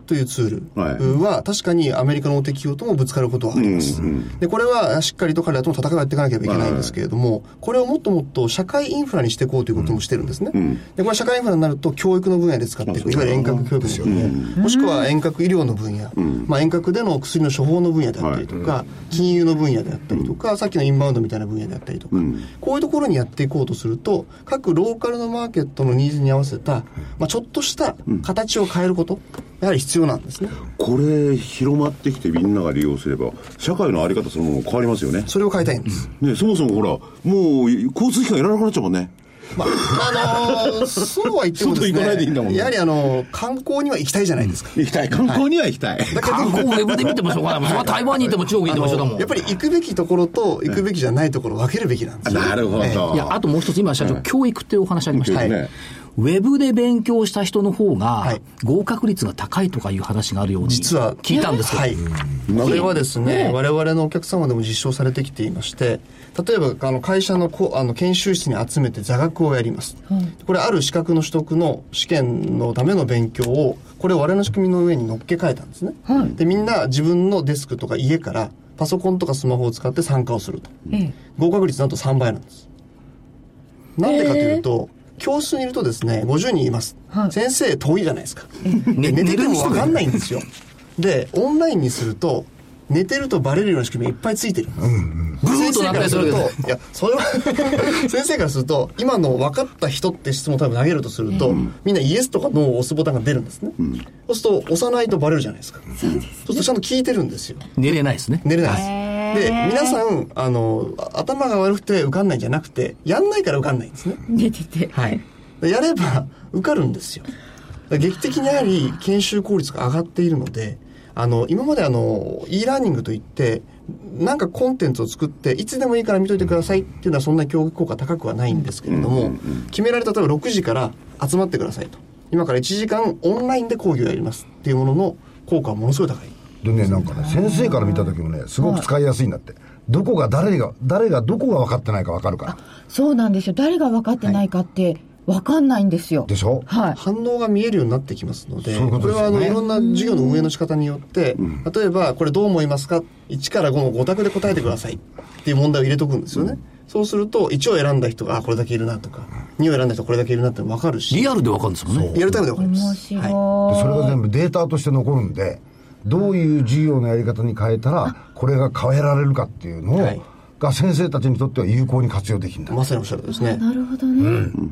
というツールは確かにアメリカの大手企業ともぶつかることはあります、うんうん、でこれはしっかりと彼らとも戦いをやっていかなければいけないんですけれども、これをもっともっと社会インフラにしていこうということもしてるんですね、うん、でこれ社会インフラになると教育の分野で使っていく、いわゆる遠隔教育ですよね、うん、もしくは遠隔医療の分野、うんまあ、遠隔での薬の処方の分野であったりとか、はい、金融の分野であったりとか、うん、さっきのインバウンドみたいな分野であったりとか、うん、こういうところにやっていこうとすると各ローカルのマーケットのニーズに合わせた、まあ、ちょっとした形を変えること、やはり必要なんですね。
これ広まってきてみんなが利用すれば社会の在り方そのもの変わりますよね。
それを変えたいんです、
うんね、そもそもほらもう交通機関いらなくなっちゃうもんね。
まあ、あのー、そうは言ってもですね、
行かないでいいんだもんね。
やはりあのー、観光には行きたいじゃないですか。
うん、行きたい。観光には行きたい。はい、
だけど観光ウェブで見てもしょうがないもん。それは台湾に行っても中国に行っても一緒だもん。
やっぱり行くべきところと行くべきじゃないところを分けるべきなんですよ、ね。
なるほど。
え
え、いや、あともう一つ今社長、はい、教育っていうお話ありました、
はい
ね。ウェブで勉強した人の方が合格率が高いとかいう話があるように
実は
聞いたんですけど、
はい、これはですね、我々のお客様でも実証されてきていまして、例えばあの会社のこあの研修室に集めて座学をやります、はい、これある資格の取得の試験のための勉強をこれを我々の仕組みの上に乗っけ替えたんですね、はい、でみんな自分のデスクとか家からパソコンとかスマホを使って参加をすると、うん、合格率なんとさんばいなんです。なんでかというと、えー、教室にいるとですねごじゅうにんいます、はい、先生遠いじゃないですか、で寝てても分かんないんですよ。でオンラインにすると寝てるとバレるような仕組みがいっぱいついてる、うんうん、
ブーッとなったりするけど、
いやそれは先生からすると今の分かった人って質問を多分投げるとすると、うん、みんなイエスとかノーを押すボタンが出るんですね、うん、そうすると押さないとバレるじゃないですか、うん、そうするとちゃんと聞いてるんですよ。
寝れないですね。
寝れないです。で皆さんあの頭が悪くて受かんないんじゃなくてやんないから受かんないんですね。
寝てて、
はい、やれば受かるんですよ。劇的にやはり研修効率が上がっているので、あの今まであの e ラーニングといってなんかコンテンツを作っていつでもいいから見といてくださいっていうのはそんな教育効果高くはないんですけれども、決められた例えばろくじから集まってくださいと、今からいちじかんオンラインで講義をやりますっていうものの効果はものすごい高い
でね。なんかね先生から見た時もねすごく使いやすいんだって、はい、どこが誰が誰がどこが分かってないか分かるから。
そうなんですよ。誰が分かってないかって、はい、分かんないんですよ。
でしょ、
はい、
反応が見えるようになってきますので、
そういうことですよね。
これはあのいろんな授業の運営の仕方によって、うん、例えばこれどう思いますかいちからごのご択で答えてくださいっていう問題を入れとくんですよね、うん、そうするといちを選んだ人があこれだけいるなとかにを選んだ人がこれだけいるなって分かるし、
リアルで分かるんですもんね。
リアルタイムで分かります。
面白い、
は
い、でそれが全部データとして残るんで、どういう授業のやり方に変えたらこれが変えられるかっていうのを、はい、が先生たちにとっては有効に活用できるんだ。
まさにおっしゃるですね。
なるほどね、うん、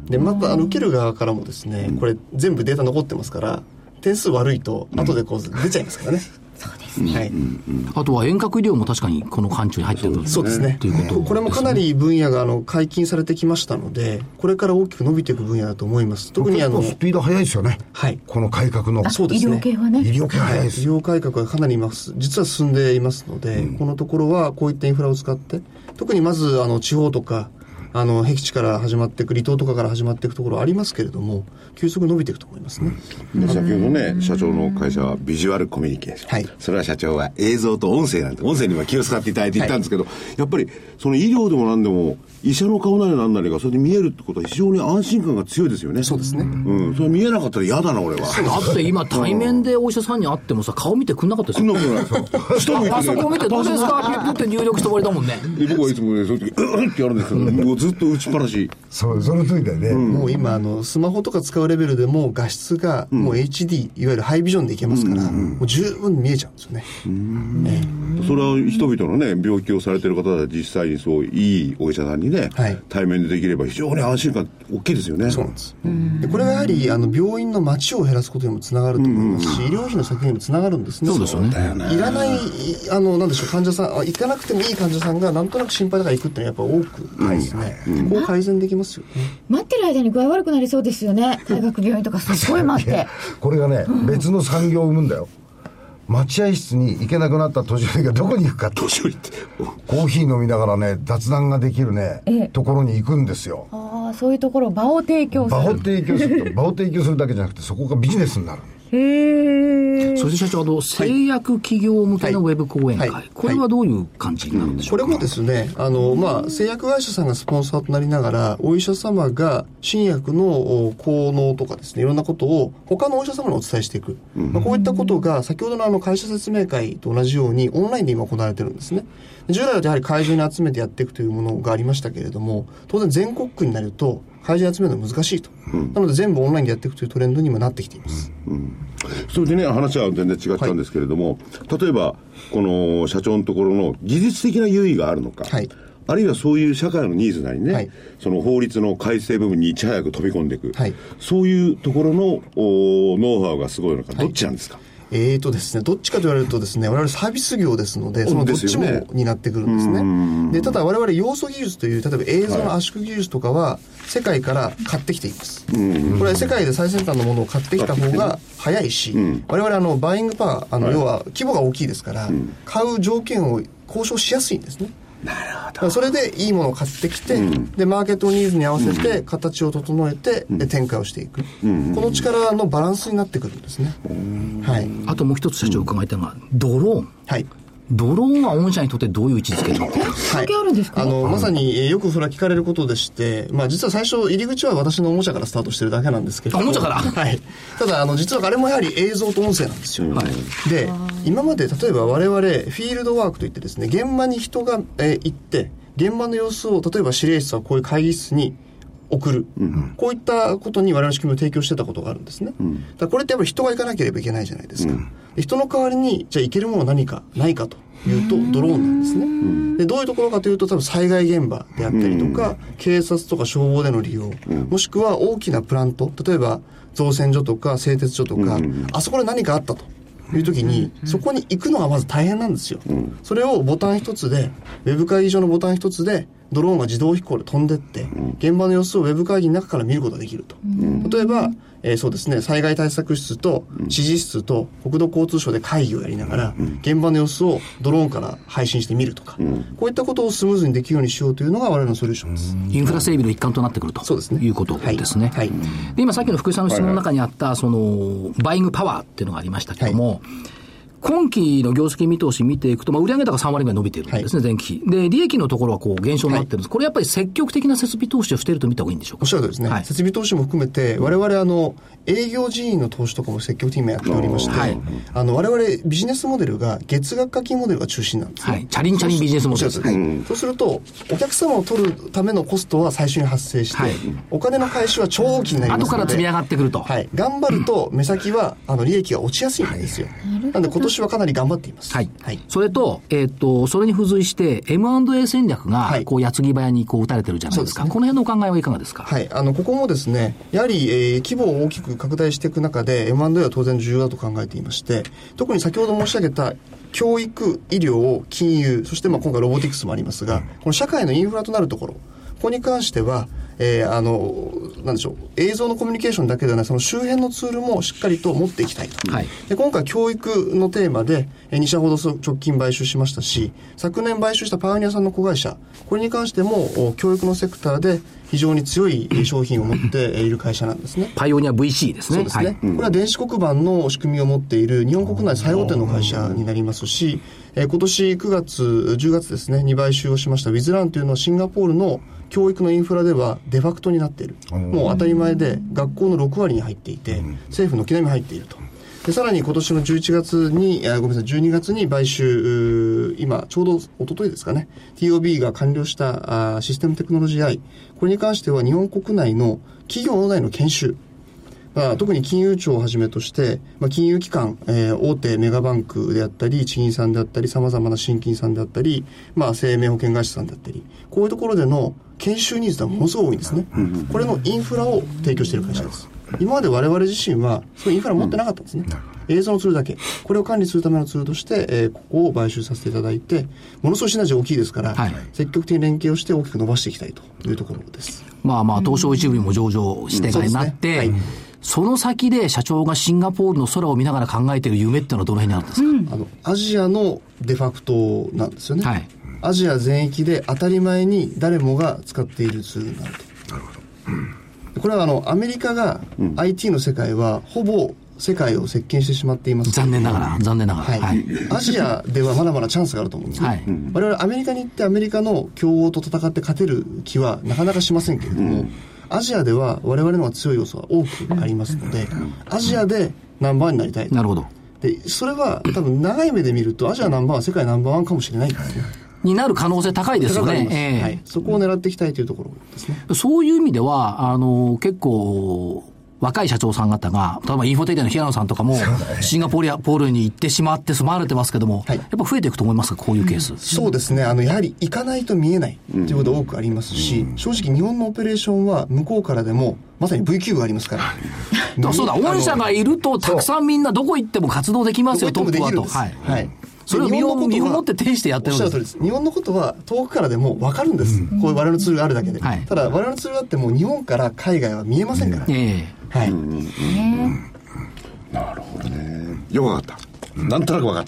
でまたあの受ける側からもですね、これ全部データ残ってますから点数悪いと後でこう出ちゃいますからね、
うん、そうですね、
はい、
あとは遠隔医療も確かにこの範疇に入ってる。
そうですね。
ということですね。
これもかなり分野があの解禁されてきましたので、これから大きく伸びていく分野だと思います。特にあの
スピード速いですよね、
はい、
この改革の。
そうですね、
医療系はね、
医療系早いです、
はい、医療改革がかなり今実は進んでいますので、うん、このところはこういったインフラを使って特にまずあの地方とかあの僻地から始まっていく離島とかから始まっていくところありますけれども急速に伸びていくと思いますね、
うん、先ほどね社長の会社はビジュアルコミュニケーション、はい、それは社長は映像と音声なんて音声には気を使っていただいて言ったんですけど、はい、やっぱりその医療でも何でも医者の顔なりなんなりがそれで見えるってことは非常に安心感が強いですよね。
そうですね、
うん、それ見えなかったら嫌だな俺は。
だって今対面でお医者さんに会ってもさ顔見てくんなかったですよ。
くんなくない下向いて、ね、
パソコン見てどうですかピュッって入力して終わりだもんね。
僕はいつもねそういう時うーってやるんですけど、もうずっと打ちっぱなし。
そうその通りだよね、うん、
もう今あのスマホとか使うレベルでも画質がもう エイチディー、うん、いわゆるハイビジョンでいけますから、うん、もう十分見えちゃうんですよね。うん、
ね、それは人々のね病気をされてる方は実際にそういいお医者さんにね、はい、対面でできれば非常に安心感大きいですよね。
そうなんです。でこれがやはりあの病院の待ちを減らすことにもつながると思いますし、うん、医療費の削減にもつながるんですね。
そうですよね。
いらないあのなんでしょう患者さん行かなくてもいい患者さんがなんとなく心配だから行くっていうのはやっぱ多くないですね、うん、こう改善できますよね。
待ってる間に具合悪くなりそうですよね。大学病院とかすごい待って
これがね、うん、別の産業を生むんだよ。待合室に行けなくなった年寄りがどこに行くかって、
年寄りって
コーヒー飲みながらね雑談ができるね、ええ、ところに行くんですよ。
ああ、そういうところ場を提供する
場を提供すると場を提供するだけじゃなくてそこがビジネスになる。
へー。
そして社長、あの、製薬企業向けのウェブ講演会、はいはい、これはどういう感じになるんでしょうか。
これもですね、あの、まあ、製薬会社さんがスポンサーとなりながら、お医者様が新薬の効能とかですね、いろんなことを他のお医者様にお伝えしていく。うん、まあ、こういったことが、先ほどのあの会社説明会と同じように、オンラインで今行われてるんですね。従来はやはり会場に集めてやっていくというものがありましたけれども、当然全国区になると、会場に集めるのは難しいと、うん、なので全部オンラインでやっていくというトレンドにもなってきています、うんうん、
それでね、話は全然違っちゃうんですけれども、はい、例えばこの社長のところの技術的な優位があるのか、はい、あるいはそういう社会のニーズなりね、はい、その法律の改正部分にいち早く飛び込んでいく、はい、そういうところのノウハウがすごいのか、どっちなんですか。
えーとですね、どっちかと言われるとですね、我々サービス業ですので、そのどっちもになってくるんですね。で、ただ我々要素技術という、例えば映像の圧縮技術とかは、世界から買ってきています。これは世界で最先端のものを買ってきた方が早いし、我々あの、バイイングパワー、あの、要は規模が大きいですから、買う条件を交渉しやすいんですね。
なるほど。
それでいいものを買ってきて、うん、でマーケットニーズに合わせて形を整えて、うん、展開をしていく、うん、この力のバランスになってくるんですね、はい、
あともう一つ社長伺いたいのは、うん、ドローン、はい、ドローンは御社にとってどういう位置づけなのか。
関係あるんですか。
あのまさに、えー、よくそれは聞かれることでして、まあ、実は最初入り口は私のおもちゃからスタートしてるだけなんですけど、
おもちゃから、
はい、ただあの実はあれもやはり映像と音声なんですよ、はい、で今まで例えば我々フィールドワークといってですね、現場に人が、えー、行って現場の様子を例えば指令室はこういう会議室に送る、うん、こういったことに我々の仕組みを提供してたことがあるんですね、うん、だからこれってやっぱり人が行かなければいけないじゃないですか、うん、で人の代わりにじゃあ行けるもの何かないかというとドローンなんですね、うん、でどういうところかというと多分災害現場であったりとか、うん、警察とか消防での利用、うん、もしくは大きなプラント、例えば造船所とか製鉄所とか、うん、あそこで何かあったという時に、うん、そこに行くのがまず大変なんですよ、うん、それをボタン一つでウェブ会議上のボタン一つでドローンが自動飛行で飛んでって、うん、現場の様子をウェブ会議の中から見ることができると、うん、例えば、えー、そうですね、災害対策室と指示室と国土交通省で会議をやりながら、うん、現場の様子をドローンから配信してみるとか、うん、こういったことをスムーズにできるようにしようというのが我々のソリューションです、
うん、インフラ整備の一環となってくると、そうですね、いうことですね、はいはい、で今さっきの福井さんの質問の中にあった、はいはい、そのバイイングパワーっていうのがありましたけども、はい、今期の業績見通し見ていくと、まあ、売上高さん割ぐらい伸びてるんですね、はい、前期比。で、利益のところはこう減少になってるんです。はい、これやっぱり積極的な設備投資をしていると見た方がいいんでしょうか。
おっしゃるとですね、はい、設備投資も含めて、我々あの、営業人員の投資とかも積極的にやっておりまして、はい、あの、我々ビジネスモデルが月額課金モデルが中心なんですね。はい、
チャリンチャリンビジネスモデルです。
はい、そうすると、お客様を取るためのコストは最初に発生して、はい、お金の回収は長期になりますので、
後から積み上がってくると。
はい、頑張ると目先は、あの、利益が落ちやすいんですよ。はい、なので今年はかなり頑張っています。
はい。はい。それと、えっ、ー、と、それに付随して、エムアンドエー 戦略が、こう、矢継ぎ早にこう、打たれてるじゃないですか。はい、この辺のお考えはいかがですか。
はい。あの、ここもですね、やはり、えー、規模を大きく拡大していく中で、エムアンドエー は当然重要だと考えていまして、特に先ほど申し上げた、教育、医療、金融、そしてまあ今回ロボティクスもありますが、この社会のインフラとなるところ、ここに関しては、えー、あの、なんでしょう、映像のコミュニケーションだけではない、その周辺のツールもしっかりと持っていきたいと。はい、で今回教育のテーマで、えー、に社ほど直近買収しましたし、昨年買収したパイオニアさんの子会社、これに関しても、教育のセクターで非常に強い商品を持っている会社なんですね。
パイオニア ブイシー ですね。
そうですね。はい、これは電子黒板の仕組みを持っている日本国内最大手の会社になりますし、えー、今年くがつ、じゅうがつですね、に買収をしましたウィズランというのはシンガポールの教育のインフラではデファクトになっている。もう当たり前で学校のろく割に入っていて、政府の軒並み入っていると。でさらに今年のじゅういちがつに、あごめんなさい、じゅうにがつに買収、今ちょうど一昨日ですかね、ティーオービー が完了したあシステムテクノロジー I、これに関しては日本国内の企業内の研修、まあ、特に金融庁をはじめとして、まあ、金融機関、えー、大手メガバンクであったり、地銀さんであったり、様々な新金さんであったり、まあ、生命保険会社さんであったり、こういうところでの研修ニーズがものすごく多いんですね。これのインフラを提供している会社です。今まで我々自身は、そういうインフラ持ってなかったんですね。映像のツールだけ。これを管理するためのツールとして、えー、ここを買収させていただいて、ものすごいシナジー大きいですから、はい、積極的に連携をして大きく伸ばしていきたいというところです。
まあまあ、東証一部にも上場してがになって、うんうん、その先で社長がシンガポールの空を見ながら考えている夢っていうのはどの辺にあるんですか。うん、あの
アジアのデファクトなんですよね。はい、アジア全域で当たり前に誰もが使っているツールになると。なるほど。うん、これはあのアメリカが アイティー の世界はほぼ世界を席巻してしまっています。
残念ながら、残念ながら。
はい。はい、アジアではまだまだチャンスがあると思うんですね。はい、我々アメリカに行ってアメリカの強豪と戦って勝てる気はなかなかしませんけれども、うん、アジアでは我々の方が強い要素は多くありますので、アジアでナンバーワンになりたい。
なるほど。
で、それは多分長い目で見るとアジアナンバーワン、世界ナンバーワンかもしれないんですね。
になる可能性高いですよね。
えーはい。そこを狙っていきたいというところですね。
そういう意味では、あの、結構、若い社長さん方が、例えばインフォテリアの平野さんとかも、シンガポールに行ってしまって住まわれてますけども、はい、やっぱ増えていくと思いますか、こういうケース。うん、
そうですね。あの、やはり行かないと見えないということが多くありますし、うん、正直日本のオペレーションは向こうからでも、まさに ブイキューブ がありますから。
そうだ、御社がいると、たくさんみんなどこ行っても活動できますよ、トップはと。はい。はい。それを身をもって転してやってるんです。
です。日本のことは遠くからでも分かるんです。うん、こういう我々のツールがあるだけで。はい、ただ、我々のツールがあっても日本から海外は見えませんから。えー、はい、うんうんうん。
なるほどね。よく分かった。なんとなく分かった。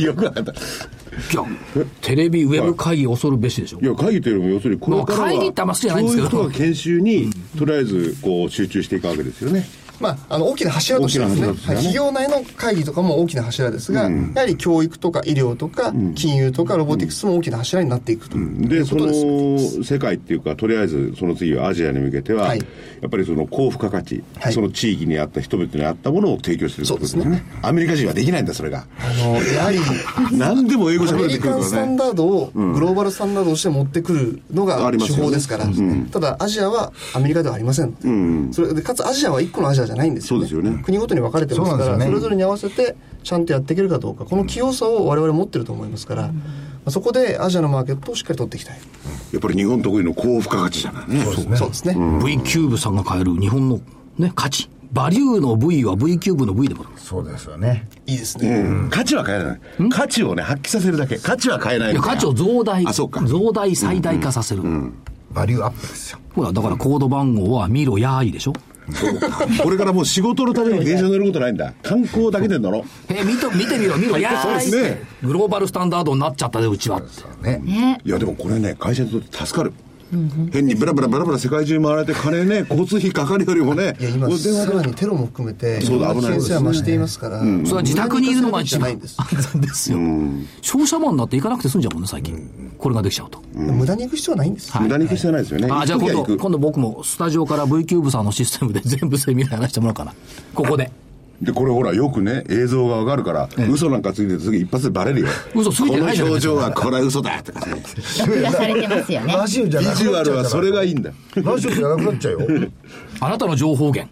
よく分かった。い
や、テレビウェブ会議恐るべしでしょ。
いや、会議というよりも要するにこれからは、
会議ってあんま好きじゃないんですけど、
そういう人が研修に、とりあえずこう集中していくわけですよね。
まあ、あの大きな柱としてですね、はい、企業内の会議とかも大きな柱ですが、うん、やはり教育とか医療とか、うん、金融とかロボティクスも大きな柱になっていくと、うん、
でその世界っていうか、とりあえずその次はアジアに向けては、はい、やっぱりその高付加価値、はい、その地域にあった人々にあったものを提供するということですね。そうですね。アメリカ人はできないんだ、それが。あのやはり何でも英語喋れてくるからね。アメリカンスタンダードをグローバルスタンダードとして持ってくるのが手法ですから、うん、ただアジアはアメリカではありませんので、うん、それでかつアジアはいっこのアジアじゃないんですよね。そうですよね。国ごとに分かれてますから、 そ, ね、それぞれに合わせてちゃんとやっていけるかどうか、この器用さを我々持ってると思いますから、うん、そこでアジアのマーケットをしっかり取っていきたい。やっぱり日本得意の高付加価値じゃないね。
そうですね。そうですね。
うん、V キューブさんが変える日本の、ね、価値、バリューの V は V キューブの V でもある。
そうですよね。
いいですね。
うん、価値は変えない。価値をね発揮させるだけ。価値は変えない。いや、
価値を増大、あ、そうか、増大最大化させる。うんうん、
バリューアップですよ。
ほら、だからコード番号は見ろやーいでしょ。
そうこれからもう仕事のために電車乗ることないんだ。観光だけで乗ろう。
えー、見と見てみろ見ろやーい。そうですね。グローバルスタンダードになっちゃったで、うちは。
ね。ね。いやでもこれね、会社にとって助かる。うん、変にブラブラブラブラ世界中回られて金ね、交通費かかるよりもね。
いや今さらにテロも含めてそうだ、危ないですよね。増していますから、うん、
それは自宅にいるのが一番安全ですよ。商社マンだって行かなくて済んじゃうもんね、最近。うん、これができちゃうと、
うん、無駄に行く必要はないんです、
はい、無駄に行く必要はないですよね。
あ、じゃあ今度今度僕もスタジオから V キューブさんのシステムで全部セミナー話してもらおうかな、ここで。
でこれほらよくね映像がわかるから、ええ、嘘なんかついてて次一発でバレるよ。
嘘ついてないじゃないですか。
この表情はこれは嘘だとかね。
録画されてますよね。
ラジオじゃなくなっちゃう。
ビジュアルはそれがいいんだ。
ラジオじゃなくなっちゃうよ。
あなたの情報源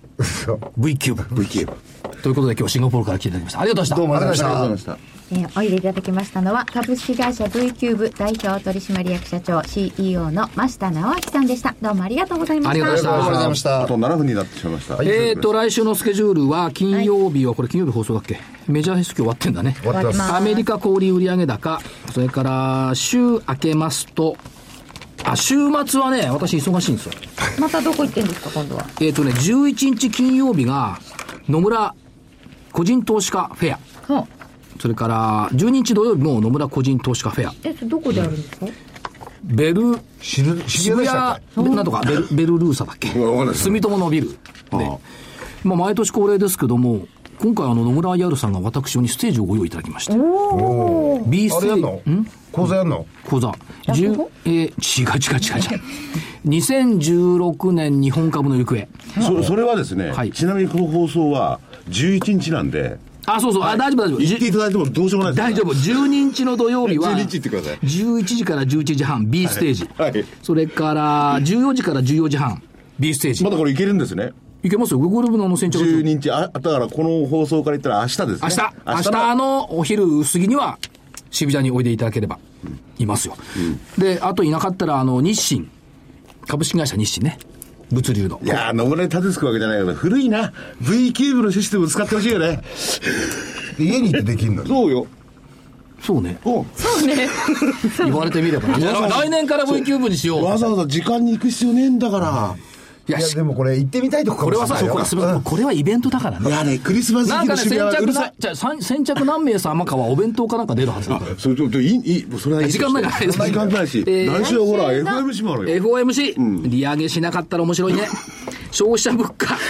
V キューブ
V キューブ
ということで今日シンガポールから来ていただきました。ありがとうございました。
どうもありがとうございました。
えー、おいでいただきましたのは株式会社 V キューブ代表取締役社長 シーイーオー の増田直明さんでした。どうもありがとうございました。
ありがとうござい
ました。
あとななふんになってしまいました。はい、
えーと来週のスケジュールは金曜日は、これ金曜日放送だっけ、メジャーヘス今日終わってんだね。
終わってます。
アメリカ小売売上高、それから週明けますと、あ、週末はね私忙しいんですよ。
またどこ行ってんですか今度は。
えーとねじゅういちにち金曜日が野村個人投資家フェア、はあ、それからじゅうににち土曜日も野村個人投資家フェア。
え、それどこであるんですか？
ベル渋谷なんとかベルベルルーサだっけ、住友のビルで、まあ、毎年恒例ですけども、今回あの野村 アイアール さんが私にステージをご用意いただきました。
おー
B ステージ、
ん講座やんの
講座えー、違う違う違う違うにせんじゅうろくねん日本株の行方。
そ, それはですね、はい、ちなみにこの放送はじゅういちにちなんで、
あ、そうそう、はい、あ、大丈夫大丈夫。
言っていただいてもどうしようもないです。
大丈夫。じゅうににちの土曜日は、
じゅうににち言ってください。
じゅういちじからじゅういちじはん B ステージ。はいはい、それから、じゅうよじからじゅうよじはん B ステージ。
まだこれいけるんですね。
いけますよ。グーグルの先着。
じゅうににち、あ、だからこの放送から言ったら明日ですね。
明日。明日 の, 明日のお昼過ぎには、渋谷においでいただければ、いますよ。うん、で、あといなかったら、あの、日清。株式会社日清ね。物流の。
いやー、野村に立てつくわけじゃないけど、古いな。V キューブのシステムを使ってほしいよね。
家に行ってできるの。
そうよ。
そうね。
そうね。
言われてみれば、ね、来年から V キューブにしよう。
わざわざ時間に行く必要ねえんだから。
いや、いやでもこれ行ってみたいとこ
これはさ、そうか、うん、これはイベントだからね。
いやね、クリスマス時期の渋谷はうるさい。
じゃあ先着何名様かはお弁当かなんか出るはずだから。
それといい、いい、それはいい。
時間ないから。
時間ないし、えー、来週はほら エフオーエムシー もあるよ。
エフオーエムシー、うん、利上げしなかったら面白いね。消費者物価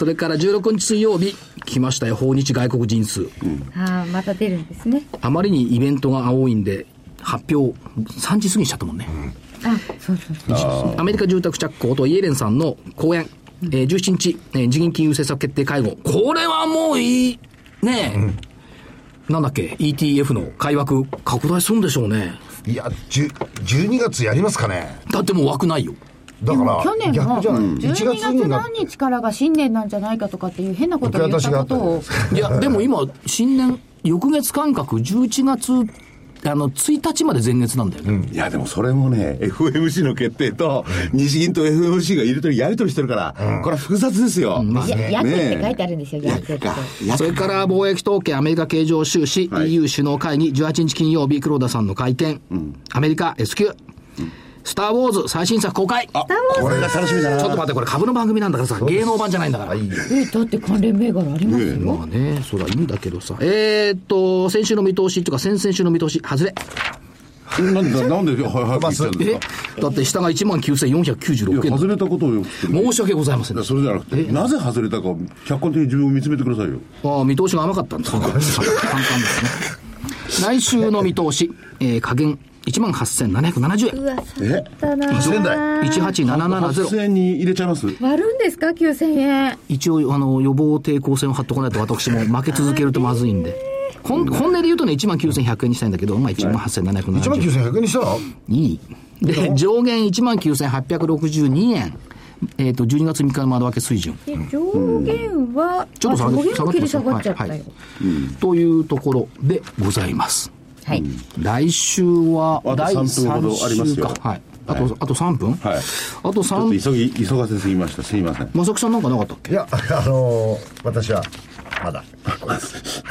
それからじゅうろくにち水曜日来ましたよ、訪日外国人数、うん、
ああまた出るんですね。
あまりにイベントが多いんで発表さんじ過ぎしちゃったもんね、
うん、あそうそうそう
アメリカ住宅着工とイエレンさんの講演、うん、えー、じゅうしちにち、えー、日銀金融政策決定会合、これはもういいねえ、うん、なんだっけ イーティーエフ の買い枠拡大するんでしょうね。
いやじゅうにがつやりますかね。
だってもう枠ないよ。
だから
去年も
逆じゃない、うん、
じゅうにがつ何日からが新年なんじゃないかとかっていう変なことを言ったことを、
いやでも今新年翌月間隔じゅういちがつあのついたちまで前月なんだよね、うん、
いやでもそれもね エフオーエムシー の決定と日銀と エフオーエムシー が入れとりやり取りしてるから、うん、これは複雑ですよ、
うんまあね、やってって書いてあるんですよ、やってって。
それから貿易統計アメリカ経常収支、はい、イーユー 首脳会議じゅうはちにち金曜日黒田さんの会見、うん、アメリカ エスキュー、うんスター・ウォーズ最新作公開。
あ、これが楽しみだな。
ちょっと待って、これ株の番組なんだからさ、芸能版じゃないんだから。
え、だって関連銘柄ありますよ。
まあね、それはいいんだけどさ。えー、っと、先週の見通しっていうか、先々週の見通し、外れ。
なんで、なんで、早く言っちゃうんですか。
だって下が いちまんきゅうせんよんひゃくきゅうじゅうろくえん。
外れたことをよく
申し訳ございません。
それじゃなくて、なぜ外れたか、客観的に自分を見つめてくださいよ。
ああ、見通しが甘かったんですか。簡単ですね。来週の見通し、えー、加減。いちまんはっせんななひゃくななじゅうえん。
うわ、下だな。
はっせん台。
いちはちななななゼロ。
はっせんに入れちゃいます。
割るんですかきゅうせんえん。
一応、あの、予防抵抗線を張っとかないと私も負け続けるとまずいんで。本音で言うとね、いちまんきゅうせんひゃくえんにしたいんだけど、まあいちまんはっせんななひゃくななじゅうえん。
いちまんきゅうせんひゃくえんにしたら
いい。で、上限いちまんきゅうせんはっぴゃくろくじゅうにえん。えっ、ー、と、じゅうにがつみっかの窓開け水準。
上限は、
ちょっと下がって
上限も切り下がっちゃったよ。はいはい
うん、というところでございます。
はい、
来週はだいさん週か、はい、あと、はい、あとさんぷん、はい、あとさん
ちょっと急ぎ急がせすぎました。すいません。
正木さんなんかなかったっけ。
いや、あのー、私はまだ
はい、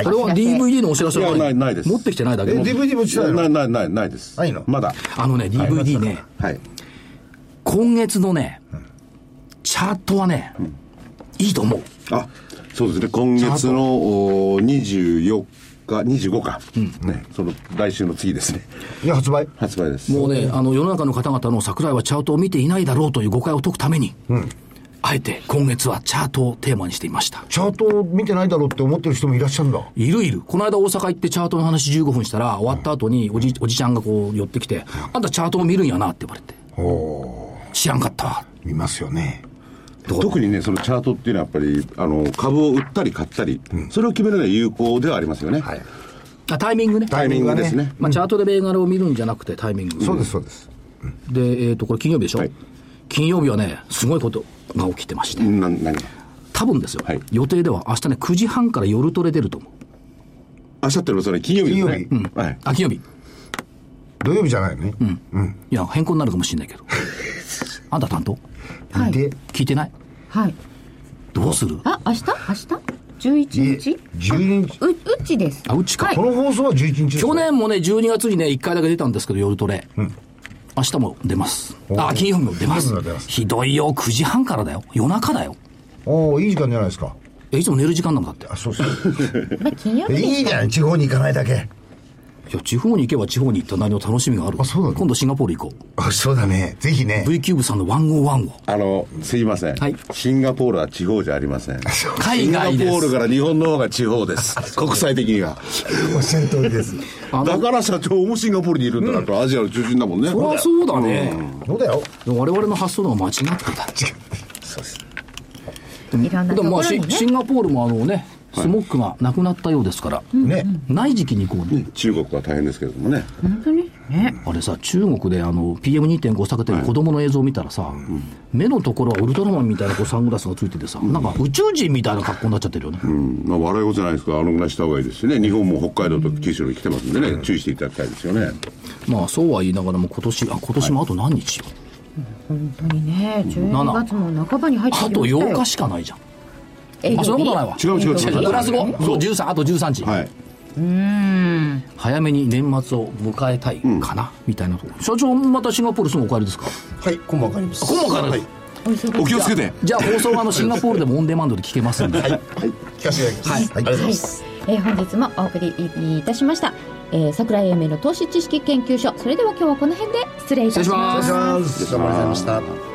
これは ディーブイディー のお知らせは
ない、ないです。
持ってきてないだけ。
え ディーブイディー 持ちたいの。
ないないないないです。
ないの。
まだ
あのね ディーブイディー ね、はい、今月のね、うん、チャートはね、うん、いいと思う。
あ、そうですね。今月のにじゅうよっかにじゅうごか、うんね、その来週の次ですね。
いや、発売
発売です。
もうね、あの世の中の方々の桜井はチャートを見ていないだろうという誤解を解くために、うん、あえて今月はチャートをテーマにしていました。
チャートを見てないだろうって思ってる人もいらっしゃるんだ。
いるいる。この間大阪行ってチャートの話じゅうごふんしたら、終わった後におじ、おじちゃんがこう寄ってきて、うん、あんたチャートを見るんやなって言われて、お知らんかったわ。
見ますよね。
特にね、そのチャートっていうのはやっぱりあの株を売ったり買ったり、うん、それを決めるのは有効ではありますよね。はい、
あ、タイミングね。
タイミングですね。
まあ、チャートで銘柄を見るんじゃなくてタイミング。
うん、そうですそうです。
で、えっ、ー、とこれ金曜日でしょ。はい、金曜日はね、すごいことが起きてまして。
な何？
多分ですよ、はい。予定では明日ねくじはんから夜トレ出ると思う。
明日ってのはそれ金曜日ですね。
金曜日。うん。はい。あ、金曜日。
土曜日じゃないね。うん。
うん。いや変更になるかもしれないけど。あんた担当？
はい。
で聞いてない？
はい。
どうする？
あ、明日？明日？じゅういちにち？
じゅうににち。
う、うっちです。
あ、うっちか、はい。
この放送はじゅういちにちです。
去年もね、じゅうにがつにね、いっかいだけ出たんですけど、夜トレ。うん。明日も出ます。あ、金曜日も出ます。ひどいよ、くじはんからだよ。夜中だよ。
おー、いい時間じゃないですか。
え、いつも寝る時間なんだって。
あ、そうそう。
まあ、金曜日ですか。
いいじゃん、地方に行かないだけ。
いや、地方に行けば地方に行った何の楽しみがある。
あ、そうだね。
今度シンガポール行こう。
あ、そうだね。ぜひね。
V キューブさんのいちまるいちを。
あの、すいません。はい。シンガポールは地方じゃありません。
海外です。
シンガポールから日本の方が地方です。国際的には。
おっしゃる通りです。
だから社長もシンガポールにいるんだなと、うん、アジアの中心だもんね。
そりゃそうだね。
うん、そうだよ。
我々の発想の方が間違ってた。
違う。そうです。
いろんなところにね。
でもまあシンガポールもあのね、スモックがなくなったようですから、ね、ない時期に行こうね。
中国は大変ですけどもね。
本当にね。
あれさ、中国であの ピーエムにてんご 避けてる子供の映像を見たらさ、はい、目のところはウルトラマンみたいなこうサングラスがついててさ、うん、なんか宇宙人みたいな格好になっちゃってるよね。
うん、まあ笑い事じゃないですか。あのぐらいした方がいいですしね。日本も北海道と九州に来てますんでね、うん、注意していただきたいですよね。
まあそうは言いながらも今年あ今年もあと何日よ。
はい、本当にね、じゅうにがつも半ばに入ってきましたよ。
あとようかしかないじゃん。あ、そんなことないわ。
違う違う違う。
プラスご、そうじゅうさん、あとじゅうさんにち。はい。
うーん。
早めに年末を迎えたいかな、うん、みたいなところ。社長またシンガポールすぐお帰りですか？
はい、今晩帰ります。
今晩帰る。はい。
お気をつけて。
じゃあ放送はあのシンガポールでもオンデマンドで聞けますんで。はい。はい。
聞かせていただきます。はい。ありがとうございます。
えー、本日もお送りいたしました。えー、桜井英明の投資知識研究所。それでは今日はこの辺で失礼いたします。
失礼します。ありがとうございました。